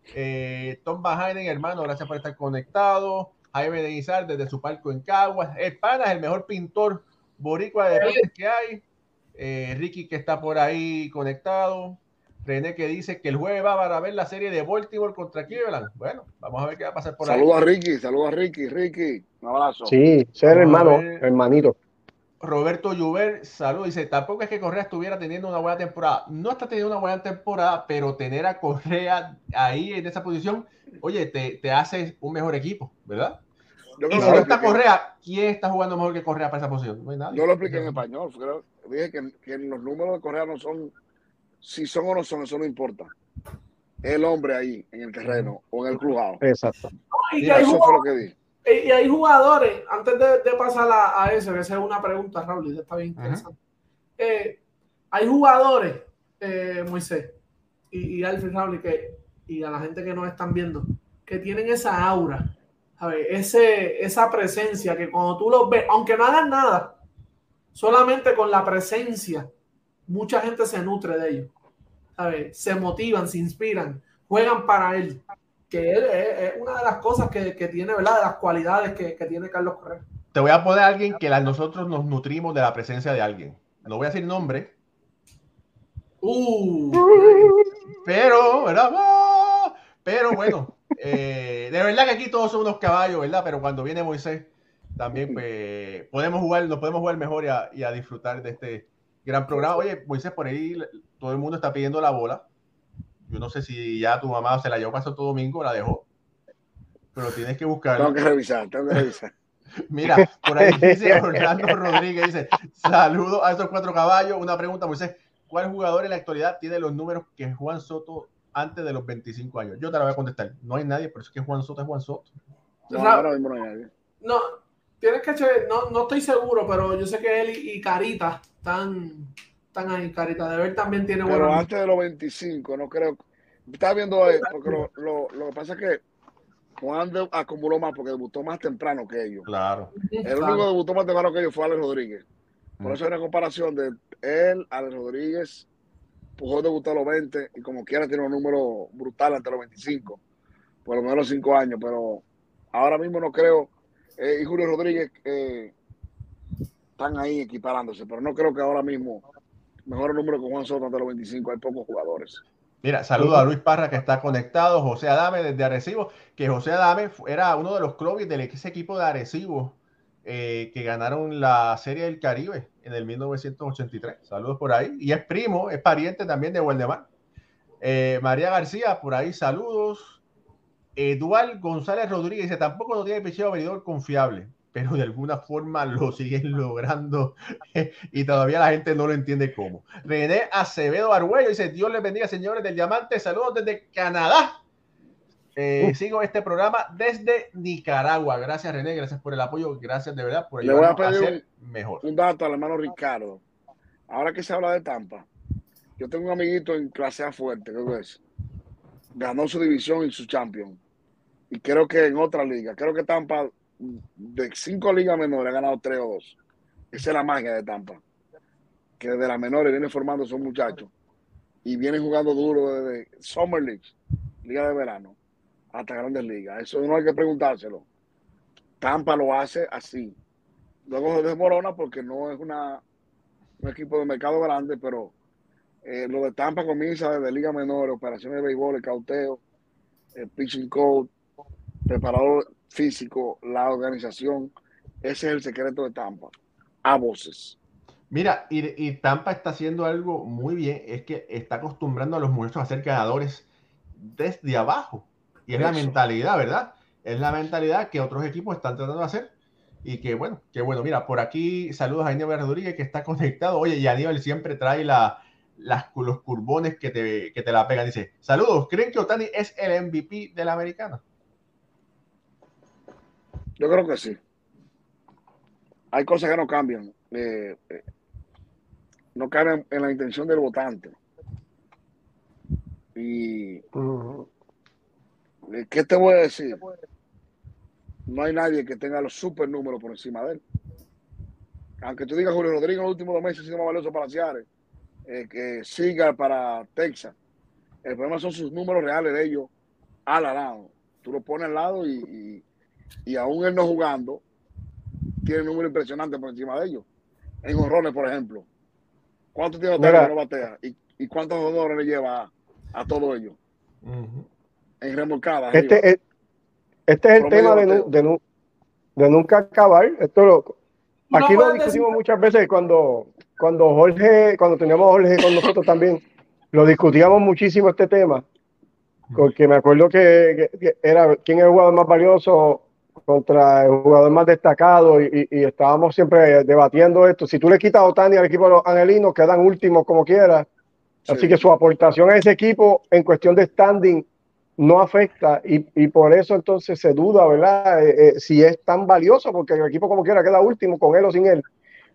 Eh, Tom Bajainen, hermano, gracias por estar conectado. Jaime de Guizar desde su palco en Caguas. El Pana es el mejor pintor boricua de deportes que hay. Eh, Ricky, que está por ahí conectado. René, que dice que el jueves va para ver la serie de Baltimore contra Cleveland. Bueno, vamos a ver qué va a pasar por saludo ahí. Saludos a Ricky, saludos a Ricky. Ricky, un abrazo. Sí, ser hermano, hermanito. Roberto Lluver, salud, dice, tampoco es que Correa estuviera teniendo una buena temporada. No está teniendo una buena temporada, pero tener a Correa ahí en esa posición, oye, te, te hace un mejor equipo, ¿verdad? Yo y si no está Correa, ¿quién está jugando mejor que Correa para esa posición? No hay nadie. Yo lo expliqué en español. Creo, dije que, que los números de Correa no son, si son o no son, eso no importa. El hombre ahí en el terreno o en el crujado. Exacto. Y, Mira, eso fue lo que dije. Y hay jugadores, antes de, de pasar a, a eso, que esa es una pregunta, Raúl, está bien interesante. Uh-huh. Eh, hay jugadores, eh, Moisés y, y Alfred, Raúl, que, y a la gente que nos están viendo, que tienen esa aura, ¿sabes? Ese, esa presencia que cuando tú los ves, aunque no hagan nada, solamente con la presencia, mucha gente se nutre de ellos, ¿sabes? Se motivan, se inspiran, juegan para él. Que él es, es una de las cosas que, que tiene, ¿verdad? De las cualidades que, que tiene Carlos Correa. Te voy a poner a alguien que la, nosotros nos nutrimos de la presencia de alguien. No voy a decir nombre. Uh, pero, ¿verdad? Pero bueno, eh, de verdad que aquí todos son unos caballos, ¿verdad? Pero cuando viene Moisés, también pues, podemos jugar, nos podemos jugar mejor y a, y a disfrutar de este gran programa. Oye, Moisés, por ahí todo el mundo está pidiendo la bola. Yo no sé si ya tu mamá se la llevó para Santo Domingo, la dejó, pero tienes que buscarla. Tengo que revisar, tengo que revisar. Mira, por ahí dice Orlando Rodríguez, dice, saludos a estos cuatro caballos. Una pregunta, Moisés, ¿cuál jugador en la actualidad tiene los números que Juan Soto antes de los veinticinco años? Yo te la voy a contestar. No hay nadie, pero es que Juan Soto es Juan Soto. No, ahora mismo no hay nadie. No, tienes que checar, no, no estoy seguro, pero yo sé que él y, y Carita están... Están ahí, Carita. De ver también tiene pero buenos... antes de los veinticinco, no creo. Estaba viendo ahí, porque lo, lo, lo que pasa es que Juan de, acumuló más porque debutó más temprano que ellos. Claro. El claro. único que debutó más temprano que ellos fue Alex Rodríguez. Por mm. eso hay una comparación de él, Alex Rodríguez, Pujol debutó a los veinte y como quiera tiene un número brutal ante los veinticinco, por lo menos los cinco años, pero ahora mismo no creo. Eh, y Julio Rodríguez eh, están ahí equiparándose, pero no creo que ahora mismo mejor número que Juan Soto ante los veinticinco. Hay pocos jugadores. Mira, saludo a Luis Parra que está conectado, José Adame desde Arecibo, que José Adame era uno de los clubes de ese equipo de Arecibo eh, que ganaron la Serie del Caribe en el mil novecientos ochenta y tres. Saludos por ahí. Y es primo, es pariente también de Waldemar. Eh, María García, por ahí, saludos. Eduard González Rodríguez dice, tampoco no tiene picheo venidor confiable, pero de alguna forma lo siguen logrando y todavía la gente no lo entiende cómo. René Acevedo Arguello dice, Dios les bendiga, señores del Diamante, saludos desde Canadá. Eh, uh. Sigo este programa desde Nicaragua. Gracias, René, gracias por el apoyo, gracias de verdad por ayudarnos Le voy a, pedir a ser un, mejor. Un dato al hermano Ricardo. Ahora que se habla de Tampa, yo tengo un amiguito en clase A fuerte, creo que es. Ganó su división y su champion. Y creo que en otra liga, creo que Tampa, de cinco ligas menores, ha ganado tres o dos. Esa es la magia de Tampa. Que desde las menores viene formando a esos muchachos. Y vienen jugando duro desde Summer Leagues, liga de verano, hasta grandes ligas. Eso no hay que preguntárselo. Tampa lo hace así. Luego se desmorona porque no es una, un equipo de mercado grande, pero eh, lo de Tampa comienza desde liga menores, operaciones de béisbol, el cauteo, el pitching coach, preparador físico, la organización. Ese es el secreto de Tampa, a voces. Mira, y, y Tampa está haciendo algo muy bien, es que está acostumbrando a los muchachos a ser ganadores desde abajo. Y es Eso. la mentalidad, ¿verdad? Es la mentalidad que otros equipos están tratando de hacer. Y que bueno, que bueno. Mira, por aquí saludos a Aníbal Rodríguez que está conectado. Oye, y Aníbal siempre trae la, las, los curbones que te, que te la pegan. Dice, saludos, ¿creen que Ohtani es el M V P de la americana? Yo creo que sí. Hay cosas que no cambian. Eh, eh, no cambian en la intención del votante. Y uh-huh. ¿qué te voy a decir? No hay nadie que tenga los super números por encima de él. Aunque tú digas Julio Rodríguez en los últimos dos meses ha sido más valioso para Seattle, eh, que siga para Texas. El problema son sus números reales de ellos al lado. Tú lo pones al lado y, y, y aún él no jugando, tiene números impresionantes por encima de ellos. En honrones, por ejemplo. ¿Cuántos tiene Ohtani que no batea? ¿Y, y cuántos honrones le lleva a, a todo ello? Uh-huh. En remolcadas. Este es, este es el tema de, de, de, de nunca acabar. Esto lo, aquí no lo discutimos decir... muchas veces cuando, cuando Jorge, cuando teníamos a Jorge con nosotros también, lo discutíamos muchísimo este tema. Porque me acuerdo que, que, que era quién es el jugador más valioso contra el jugador más destacado y, y, y estábamos siempre debatiendo esto. Si tú le quitas a Ohtani al equipo de los angelinos, quedan últimos como quiera. Sí. Así que su aportación a ese equipo en cuestión de standing no afecta y, y por eso entonces se duda, ¿verdad? Eh, eh, si es tan valioso, porque el equipo como quiera queda último con él o sin él.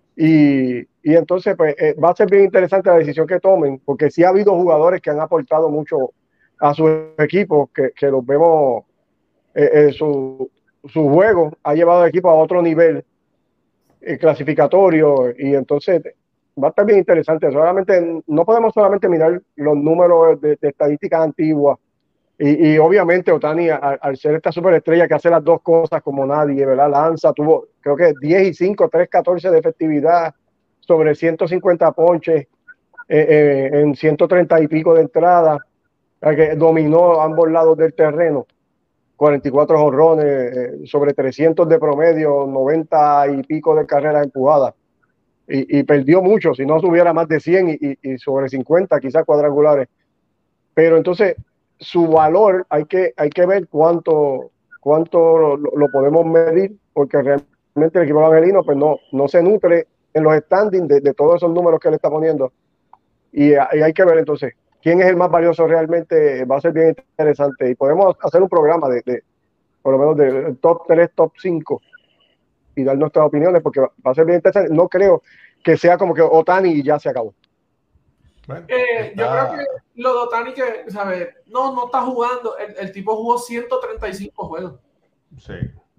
Y, y entonces pues eh, va a ser bien interesante la decisión que tomen, porque sí ha habido jugadores que han aportado mucho a sus equipos, que, que los vemos, eh, eh, su, su juego ha llevado al equipo a otro nivel eh, clasificatorio y entonces va a estar bien interesante. Solamente, no podemos solamente mirar los números de, de estadísticas antiguas y, y obviamente Ohtani al, al ser esta superestrella que hace las dos cosas como nadie, ¿verdad? Lanza, tuvo creo que diez y cinco, tres catorce de efectividad sobre ciento cincuenta ponches eh, eh, en ciento treinta y pico de entrada, que dominó ambos lados del terreno, cuarenta y cuatro jonrones, eh, sobre trescientos de promedio, noventa y pico de carreras empujadas. Y, y perdió mucho, si no subiera más de cien y, y, y sobre cincuenta quizás cuadrangulares. Pero entonces su valor hay que, hay que ver cuánto, cuánto lo, lo podemos medir, porque realmente el equipo angelino pues no, no se nutre en los standings de, de todos esos números que le está poniendo. Y, y hay que ver entonces quién es el más valioso realmente. Va a ser bien interesante y podemos hacer un programa de, de por lo menos del top tres, top cinco y dar nuestras opiniones, porque va a ser bien interesante. No creo que sea como que Ohtani y ya se acabó. Bueno, eh, está... Yo creo que lo de Ohtani, que, ¿sabes? No, no está jugando. El, el tipo jugó ciento treinta y cinco juegos. Sí.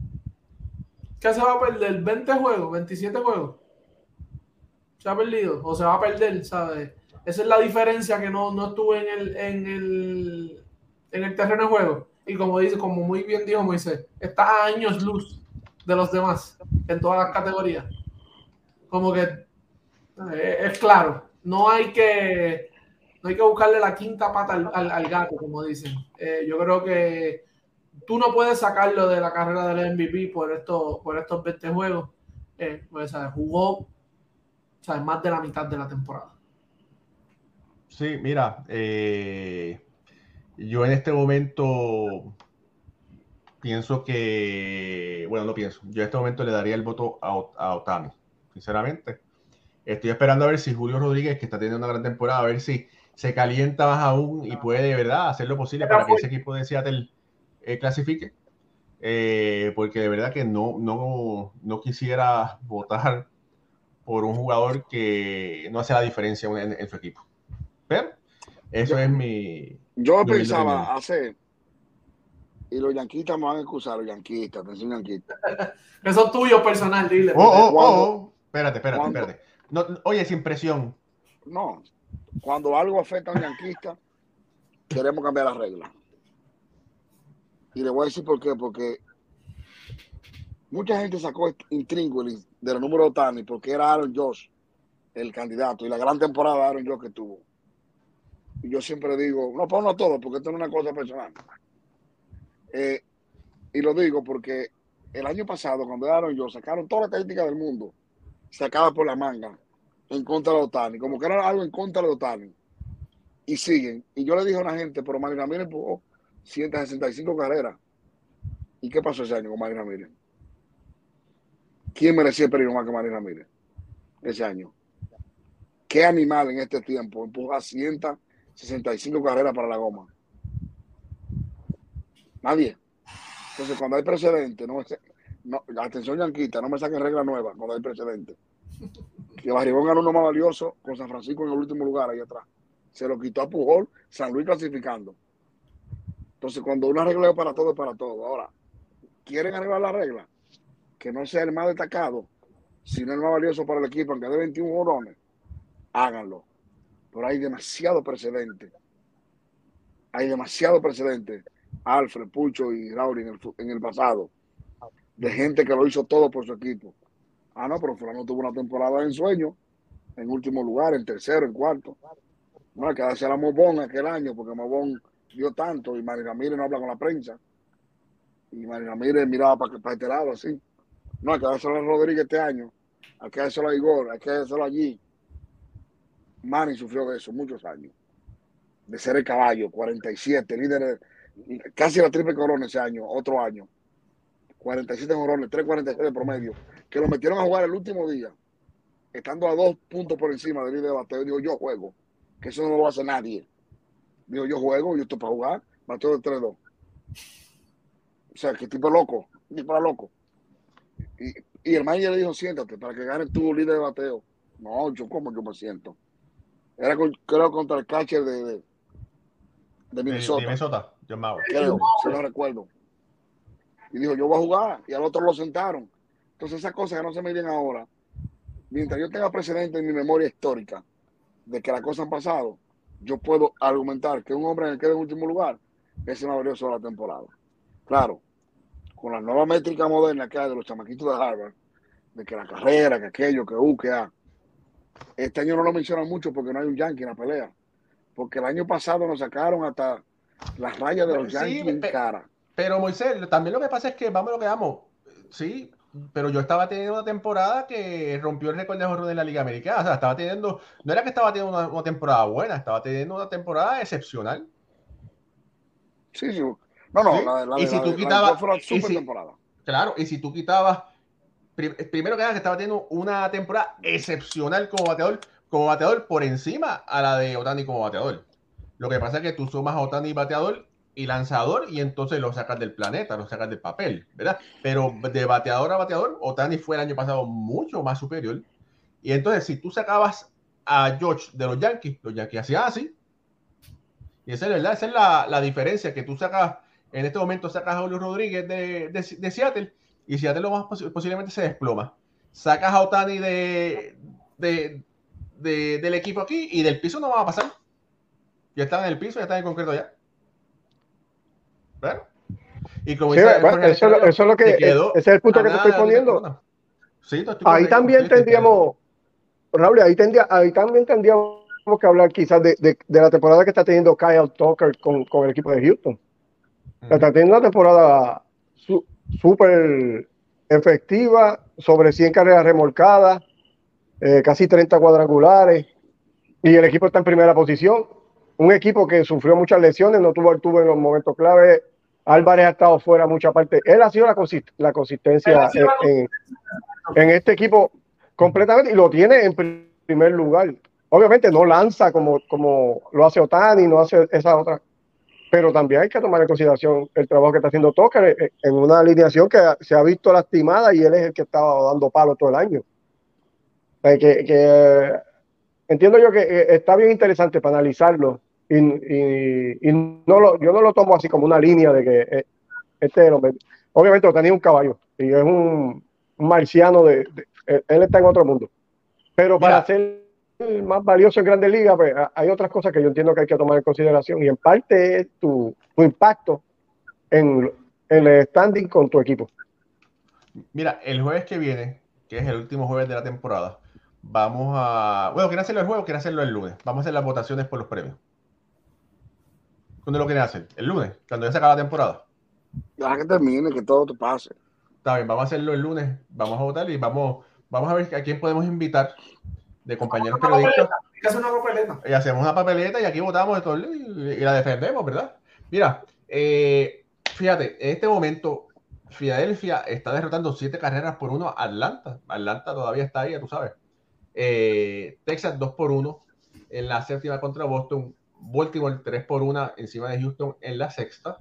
¿Qué se va a perder? ¿veinte juegos? ¿veintisiete juegos? ¿Se ha perdido? ¿O se va a perder? ¿Sabes? Esa es la diferencia, que no, no estuve en el, en, el, en el terreno de juego. Y como dice, como muy bien dijo Moisés, está a años luz de los demás en todas las categorías. Como que eh, es claro. no hay que, no hay que buscarle la quinta pata al, al, al gato, como dicen. Eh, yo creo que tú no puedes sacarlo de la carrera del M V P por estos, por estos veinte juegos. Eh, pues, ¿sabes? Jugó, ¿sabes?, más de la mitad de la temporada. Sí, mira, eh, yo en este momento pienso que, bueno, no pienso, yo en este momento le daría el voto a, a Ohtani, sinceramente. Estoy esperando a ver si Julio Rodríguez, que está teniendo una gran temporada, a ver si se calienta más aún y puede de verdad hacer lo posible para que ese equipo de Seattle eh, clasifique. Eh, porque de verdad que no, no, no quisiera votar por un jugador que no hace la diferencia en, en su equipo. Pero eso yo, es mi... Yo mi pensaba hacer, y los yanquistas me van a excusar, los yanquistas, atención yanquistas. Eso es tuyo personal, dile. Oh, oh, cuando, oh, oh. Espérate, espérate, cuando, espérate. No, oye, sin presión. No, cuando algo afecta a un yanquista, queremos cambiar las reglas. Y le voy a decir por qué, porque mucha gente sacó intríngulis de los números de Ohtani porque era Aaron Judge el candidato y la gran temporada de Aaron Judge que tuvo. Y yo siempre digo, no ponlo a todo porque esto no es una cosa personal. Eh, y lo digo porque el año pasado, cuando Aaron Judge sacaron toda la estadística del mundo, sacada por la manga, en contra de Ohtani, como que era algo en contra de Ohtani. Y siguen. Y yo le dije a una gente, pero Manny Ramírez empujó ciento sesenta y cinco carreras. ¿Y qué pasó ese año con Manny Ramírez? ¿Quién merecía el premio más que Manny Ramírez ese año? ¿Qué animal en este tiempo empuja ciento sesenta y cinco carreras para la goma? Nadie. Entonces, cuando hay precedente, no, no, atención yanquita, no me saquen reglas nuevas cuando hay precedente. Que Barribón ganó uno más valioso con San Francisco en el último lugar ahí atrás. Se lo quitó a Pujol, San Luis clasificando. Entonces, cuando una regla es para todo, es para todo. Ahora, ¿quieren arreglar la regla? Que no sea el más destacado, sino el más valioso para el equipo, aunque de veintiún jonrones, háganlo. Pero hay demasiado precedente. Hay demasiado precedente. Alfred, Pucho y Raúl en el, en el pasado, de gente que lo hizo todo por su equipo. Ah, no, pero fulano tuvo una temporada en sueño, en último lugar, en tercero, en cuarto. No, hay que darse a Mobón aquel año, porque Mobón dio tanto y Manny Ramírez no habla con la prensa. Y Manny Ramírez miraba para, para este lado, así. No, hay que dárselo a Rodríguez este año, hay que dárselo a Igor, hay que dárselo allí. Manny sufrió de eso muchos años. De ser el caballo, cuarenta y siete, líder, casi la triple corona ese año, otro año. cuarenta y siete jonrones, tres cuarenta y siete de promedio, que lo metieron a jugar el último día, estando a dos puntos por encima del líder de bateo. Digo, yo juego, que eso no lo hace nadie. Digo, yo juego, yo estoy para jugar, bateo de tres dos. O sea, que tipo loco, tipo loco. Y, y el manager le dijo, siéntate, para que gane tu líder de bateo. No, yo como yo me siento. Era con, creo contra el catcher de, de, de Minnesota. De Minnesota, John Mauer. Creo, si no recuerdo. Y dijo, yo voy a jugar, y al otro lo sentaron. Entonces esas cosas que no se me miden ahora, mientras yo tenga precedente en mi memoria histórica de que las cosas han pasado, yo puedo argumentar que un hombre en el que quede en último lugar es el más valioso de la temporada. Claro, con la nueva métrica moderna que hay de los chamaquitos de Harvard, de que la carrera, que aquello, que U, que A. Este año no lo mencionan mucho porque no hay un Yankee en la pelea. Porque el año pasado nos sacaron hasta las rayas de los Yankees sí, en pe cara. Pero Moisés, también lo que pasa es que vamos a lo que vamos. Sí, pero yo estaba teniendo una temporada que rompió el récord de jonrones de la Liga Americana. O sea, estaba teniendo, no era que estaba teniendo una, una temporada buena, estaba teniendo una temporada excepcional. Sí, sí. No, no, ¿sí? la, la, y si la, tú la, quitabas, la fue una super y si, temporada. Claro, y si tú quitabas, prim, primero que nada que estaba teniendo una temporada excepcional como bateador, como bateador por encima a la de Ohtani como bateador. Lo que pasa es que tú sumas a Ohtani bateador y lanzador y entonces lo sacas del planeta, lo sacas del papel, ¿verdad? Pero de bateador a bateador, Ohtani fue el año pasado mucho más superior. Y entonces si tú sacabas a George de los Yankees, los Yankees hacían así. Y esa es, ¿verdad? Esa es la, la diferencia, que tú sacas, en este momento sacas a Julio Rodríguez de, de, de Seattle y Seattle lo más pos posiblemente se desploma. Sacas a Ohtani de, de, de, del equipo aquí y del piso no va a pasar. Ya están en el piso, ya están en concreto ya. ¿Ver? Y como sí, dice, bueno, eso, eso, es lo que, ese es el punto que te estoy poniendo. Sí, te estoy Ahí también tendríamos, Raúl, ahí, tendría, ahí también tendríamos que hablar quizás de, de, de la temporada que está teniendo Kyle Tucker con, con el equipo de Houston. Uh-huh. Está teniendo una temporada súper efectiva, sobre cien carreras remolcadas, eh, casi treinta cuadrangulares, y el equipo está en primera posición. Un equipo que sufrió muchas lesiones, no tuvo el tubo en los momentos clave. Álvarez ha estado fuera mucha parte. Él ha sido la, consist la consistencia en, en, en este equipo completamente, y lo tiene en primer lugar. Obviamente no lanza como, como lo hace Ohtani, no hace esa otra, pero también hay que tomar en consideración el trabajo que está haciendo Tucker en una alineación que se ha visto lastimada y él es el que estaba dando palo todo el año. Que, que entiendo yo que está bien interesante para analizarlo, y, y, y no lo, yo no lo tomo así como una línea de que este hombre, obviamente Ohtani es un caballo y es un, un marciano, de, de, él está en otro mundo, pero para Mira. ser el más valioso en Grandes Ligas, pues hay otras cosas que yo entiendo que hay que tomar en consideración, y en parte es tu, tu impacto en, en el standing con tu equipo. Mira, el jueves que viene, que es el último jueves de la temporada, vamos a... Bueno, ¿quieren hacerlo el jueves o quieren hacerlo el lunes? Vamos a hacer las votaciones por los premios. ¿Cuándo lo quieren hacer? ¿El lunes? Cuando ya se acaba la temporada. Deja que termine, que todo te pase. Está bien, vamos a hacerlo el lunes. Vamos a votar y vamos, vamos a ver a quién podemos invitar de compañeros periodistas. Hay que hacer una papeleta. Y hacemos una papeleta y aquí votamos de todo y, y la defendemos, ¿verdad? Mira, eh, fíjate, en este momento Filadelfia está derrotando siete carreras por uno a Atlanta. Atlanta todavía está ahí, ya tú sabes. Eh, Texas dos por uno en la séptima contra Boston. Baltimore tres por uno encima de Houston en la sexta.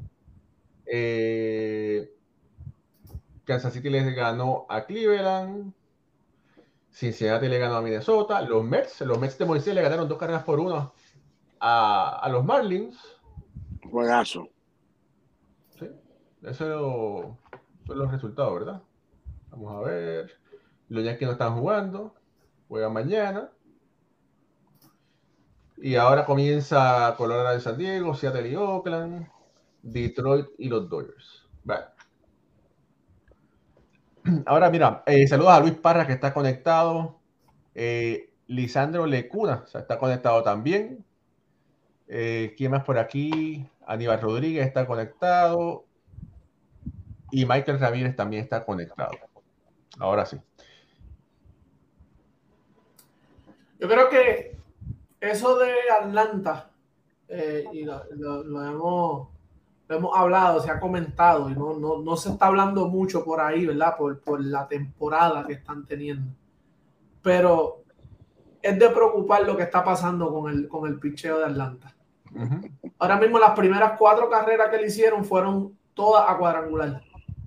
Eh, Kansas City les ganó a Cleveland. Cincinnati le ganó a Minnesota. Los Mets, los Mets de Moisés le ganaron dos carreras por uno a, a los Marlins. Juegazo. Sí, esos son los resultados, ¿verdad? Vamos a ver. Los Yankees no están jugando. Juegan mañana. Y ahora comienza Colorado y San Diego, Seattle y Oakland, Detroit y los Dodgers. Vale. Ahora mira, eh, saludos a Luis Parra que está conectado. Eh, Lisandro Lecuna o sea, está conectado también. Eh, ¿Quién más por aquí? Aníbal Rodríguez está conectado. Y Michael Ramírez también está conectado. Ahora sí. Yo creo que eso de Atlanta, eh, y lo, lo, lo, hemos, lo hemos hablado, se ha comentado, y no, no, no se está hablando mucho por ahí, ¿verdad? Por, por la temporada que están teniendo. Pero es de preocupar lo que está pasando con el, con el picheo de Atlanta. Uh-huh. Ahora mismo las primeras cuatro carreras que le hicieron fueron todas a cuadrangular.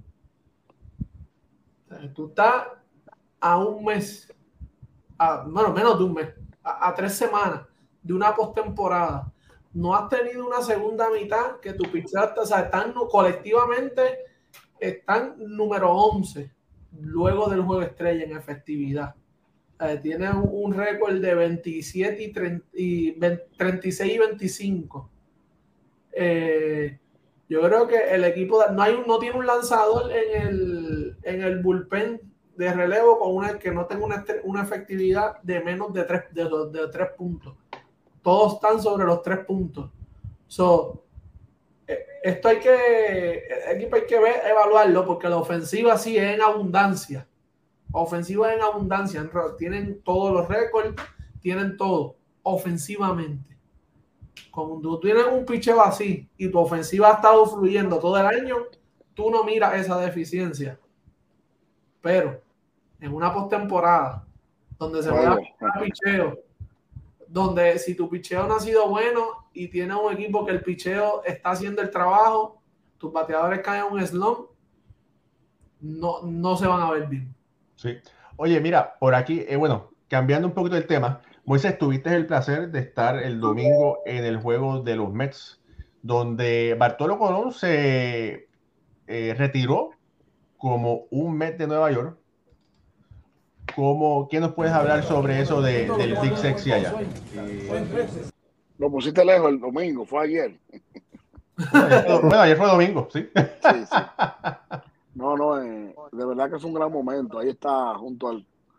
O sea, tú estás a un mes, a, bueno, menos de un mes, a, a tres semanas de una postemporada. No has tenido una segunda mitad que tu picheo, o sea, están colectivamente, están número once luego del juego estrella en efectividad. Eh, tiene un, un récord de veintisiete y, treinta, y veinte, treinta y seis y veinticinco. Eh, yo creo que el equipo de, no, hay un, no tiene un lanzador en el, en el bullpen de relevo con una que no tenga una, una efectividad de menos de tres, de, de tres puntos. Todos están sobre los tres puntos. So, esto hay que, el equipo hay que ver, evaluarlo, porque la ofensiva sí es en abundancia. Ofensiva en abundancia. Tienen todos los récords, tienen todo ofensivamente. Cuando tú tienes un picheo así y tu ofensiva ha estado fluyendo todo el año, tú no miras esa deficiencia. Pero en una postemporada donde se va a picheo, donde si tu picheo no ha sido bueno y tienes un equipo que el picheo está haciendo el trabajo, tus bateadores caen en un slump, no, no se van a ver bien. Sí. Oye, mira, por aquí, eh, bueno, cambiando un poquito el tema, Moisés, tuviste el placer de estar el domingo en el juego de los Mets, donde Bartolo Colón se eh, retiró como un Met de Nueva York. ¿Cómo, ¿Qué nos puedes hablar sobre eso de, del Big Sexy allá? Eh, Lo pusiste lejos el domingo, fue ayer. Bueno, ayer fue, bueno, ayer fue domingo, sí. Sí, sí. No, no, eh, de verdad que es un gran momento. Ahí está junto al,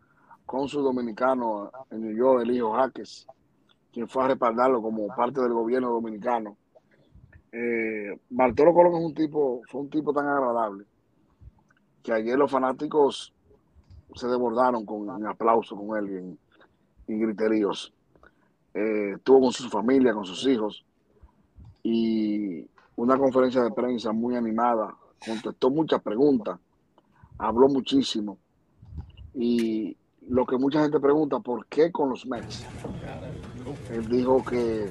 cónsul dominicano en New York, Eligio Jaques, quien fue a respaldarlo como parte del gobierno dominicano. Eh, Bartolo Colón es un tipo, fue un tipo tan agradable que ayer los fanáticos se desbordaron con un aplauso con él y, en, y griteríos. Eh, estuvo con su familia, con sus hijos, y una conferencia de prensa muy animada, contestó muchas preguntas, habló muchísimo, y lo que mucha gente pregunta, ¿por qué con los Mets? Él dijo que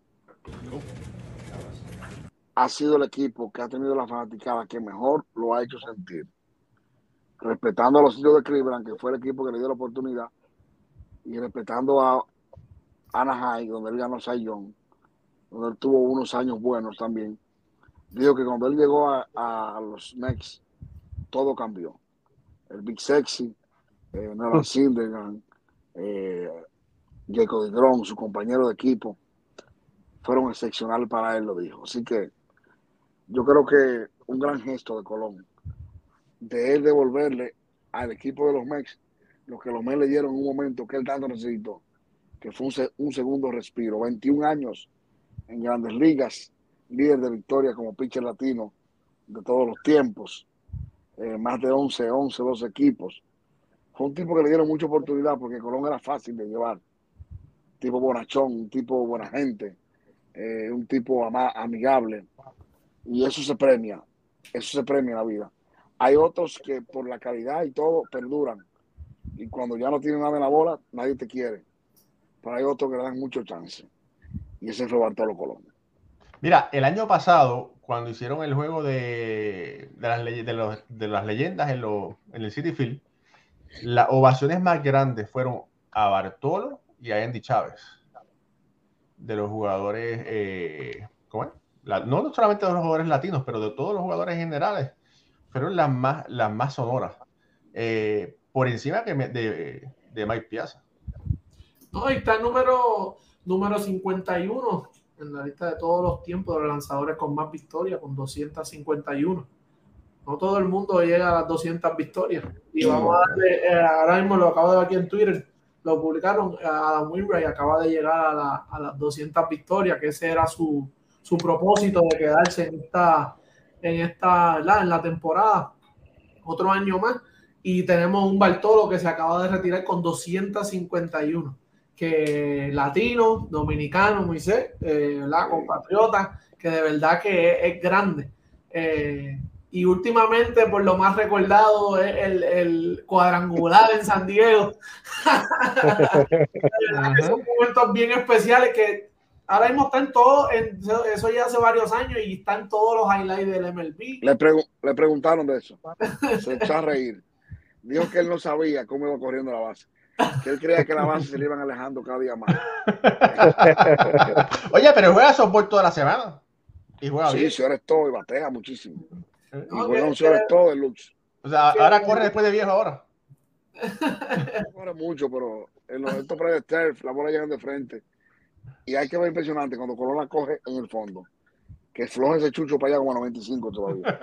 ha sido el equipo que ha tenido la fanaticada que mejor lo ha hecho sentir, respetando a los hijos de Cleveland, que fue el equipo que le dio la oportunidad, y respetando a Anaheim, donde él ganó Cy Young, donde él tuvo unos años buenos también. Dijo que cuando él llegó a, a los Mets, todo cambió. El Big Sexy, eh, Nolan Syndergaard, eh, Jacob deGrom, su compañero de equipo, fueron excepcionales para él, lo dijo. Así que yo creo que un gran gesto de Colón, de él devolverle al equipo de los Mets lo que los Mets le dieron en un momento que él tanto necesitó, que fue un, un segundo respiro. veintiún años en Grandes Ligas, líder de victoria como pitcher latino de todos los tiempos, eh, más de once, once, doce equipos. Fue un tipo que le dieron mucha oportunidad porque Colón era fácil de llevar. Un tipo bonachón, un tipo buena gente, eh, un tipo ama amigable. Y eso se premia, eso se premia en la vida. Hay otros que por la calidad y todo perduran. Y cuando ya no tienen nada en la bola, nadie te quiere. Pero hay otros que le dan mucho chance. Y ese fue Bartolo Colón. Mira, el año pasado, cuando hicieron el juego de, de, las, de, los, de las leyendas en, lo, en el Citi Field, las ovaciones más grandes fueron a Bartolo y a Endy Chávez. De los jugadores, eh, ¿cómo es? La, no solamente de los jugadores latinos, pero de todos los jugadores generales, fueron las más, las más sonoras. Eh, por encima que me, de, de Mike Piazza. No, y está el número, número cincuenta y uno en la lista de todos los tiempos de los lanzadores con más victorias, con doscientas cincuenta y uno. No todo el mundo llega a las doscientas victorias. Y vamos a darle, eh, ahora mismo lo acabo de ver aquí en Twitter, lo publicaron, Adam Wainwright acaba de llegar a, la, a las doscientas victorias, que ese era su, su propósito de quedarse en esta, en esta, ¿verdad? En la temporada, otro año más. Y tenemos un Bartolo que se acaba de retirar con doscientas cincuenta y uno, que latino, dominicano, Moisés, eh, ¿verdad? Compatriota, que de verdad que es, es grande. Eh, y últimamente, por lo más recordado, es el, el cuadrangular en San Diego. Que son momentos bien especiales que ahora mismo están todos, en, eso ya hace varios años, y están todos los highlights del M L B. Le, pregu le preguntaron de eso. Se echó a reír. Dijo que él no sabía cómo iba corriendo la base. Que él creía que la base se le iban alejando cada día más. Oye, pero juega softball toda la semana. Y juega sí, bien. se ora todo y batea muchísimo. Y No, juega un se ora todo el Lux. O sea, que, ahora corre después de viejo ahora. No corre mucho, pero en los estos pre de turf, la bola llega de frente. Y hay que ver impresionante cuando Colón la coge en el fondo. Que floje ese chucho para allá como a noventa y cinco todavía.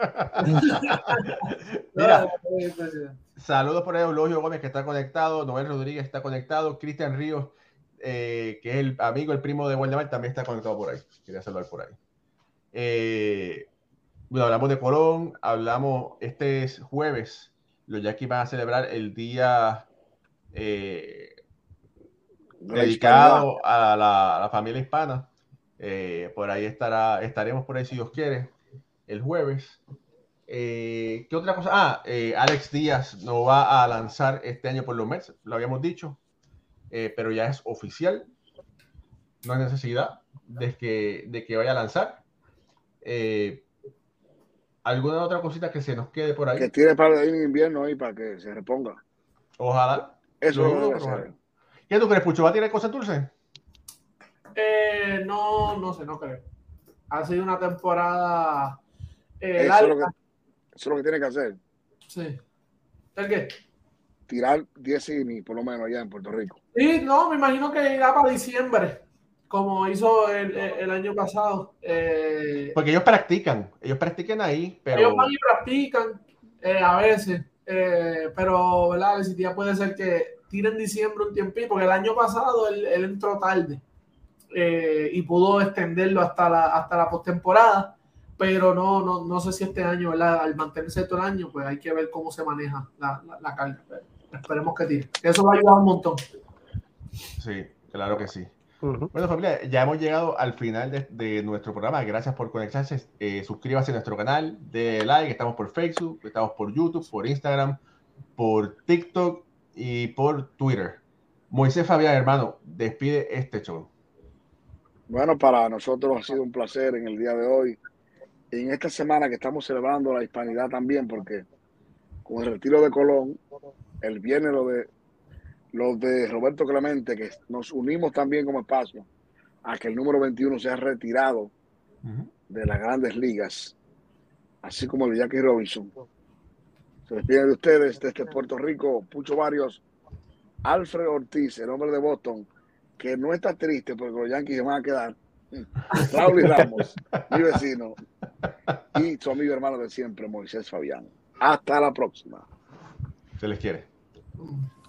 Mira, saludos por ahí a Eulogio Gómez, que está conectado, Noel Rodríguez está conectado, Cristian Ríos, eh, que es el amigo, el primo de Waldemar, también está conectado por ahí. Quería saludar por ahí. Eh, bueno, hablamos de Colón, hablamos este jueves, los Yankees van a celebrar el día eh, dedicado a la, a la familia hispana. Eh, por ahí estará, estaremos por ahí si Dios quiere el jueves. Eh, ¿Qué otra cosa? Ah, eh, Alex Díaz no va a lanzar este año por los Mets, lo habíamos dicho, eh, pero ya es oficial, no hay necesidad de que, de que vaya a lanzar. Eh, ¿Alguna otra cosita que se nos quede por ahí? Que tire para el invierno ahí para que se reponga. Ojalá. Eso lo dudo, pero ¿qué tú crees, Pucho? ¿Va a tirar cosas dulces? Eh, no, no sé, no creo. Ha sido una temporada eh, eso, es lo que, eso es lo que tiene que hacer. Sí. ¿El qué? Tirar diez innings por lo menos allá en Puerto Rico. Sí, no, me imagino que irá para diciembre, como hizo el, el año pasado. Eh, Porque ellos practican, ellos practican ahí, pero... Ellos van y practican eh, a veces, eh, pero ¿verdad? El sitio puede ser que tira en diciembre un tiempito, porque el año pasado él, él entró tarde eh, y pudo extenderlo hasta la, hasta la postemporada, pero no, no, no sé si este año, ¿verdad? Al mantenerse todo el año, pues hay que ver cómo se maneja la, la, la carga. Esperemos que tire. Eso va a ayudar un montón. Sí, claro que sí. Uh-huh. Bueno, familia, ya hemos llegado al final de, de nuestro programa. Gracias por conectarse. Eh, suscríbase a nuestro canal, de like. Estamos por Facebook, estamos por YouTube, por Instagram, por TikTok y por Twitter. Moisés Fabián, hermano, despide este show. Bueno, para nosotros ha sido un placer en el día de hoy. En esta semana que estamos celebrando la hispanidad también, porque con el retiro de Colón, el viernes lo de los de Roberto Clemente, que nos unimos también como espacio a que el número veintiuno sea retirado uh-huh. de las grandes ligas, así como el Jackie Robinson. Se despiden de ustedes desde Puerto Rico, Pucho Barrios, Alfred Ortiz, el hombre de Boston, que no está triste porque los Yankees se van a quedar, Raúl Ramos, mi vecino, y su amigo hermano de siempre, Moisés Fabián. Hasta la próxima. Se les quiere.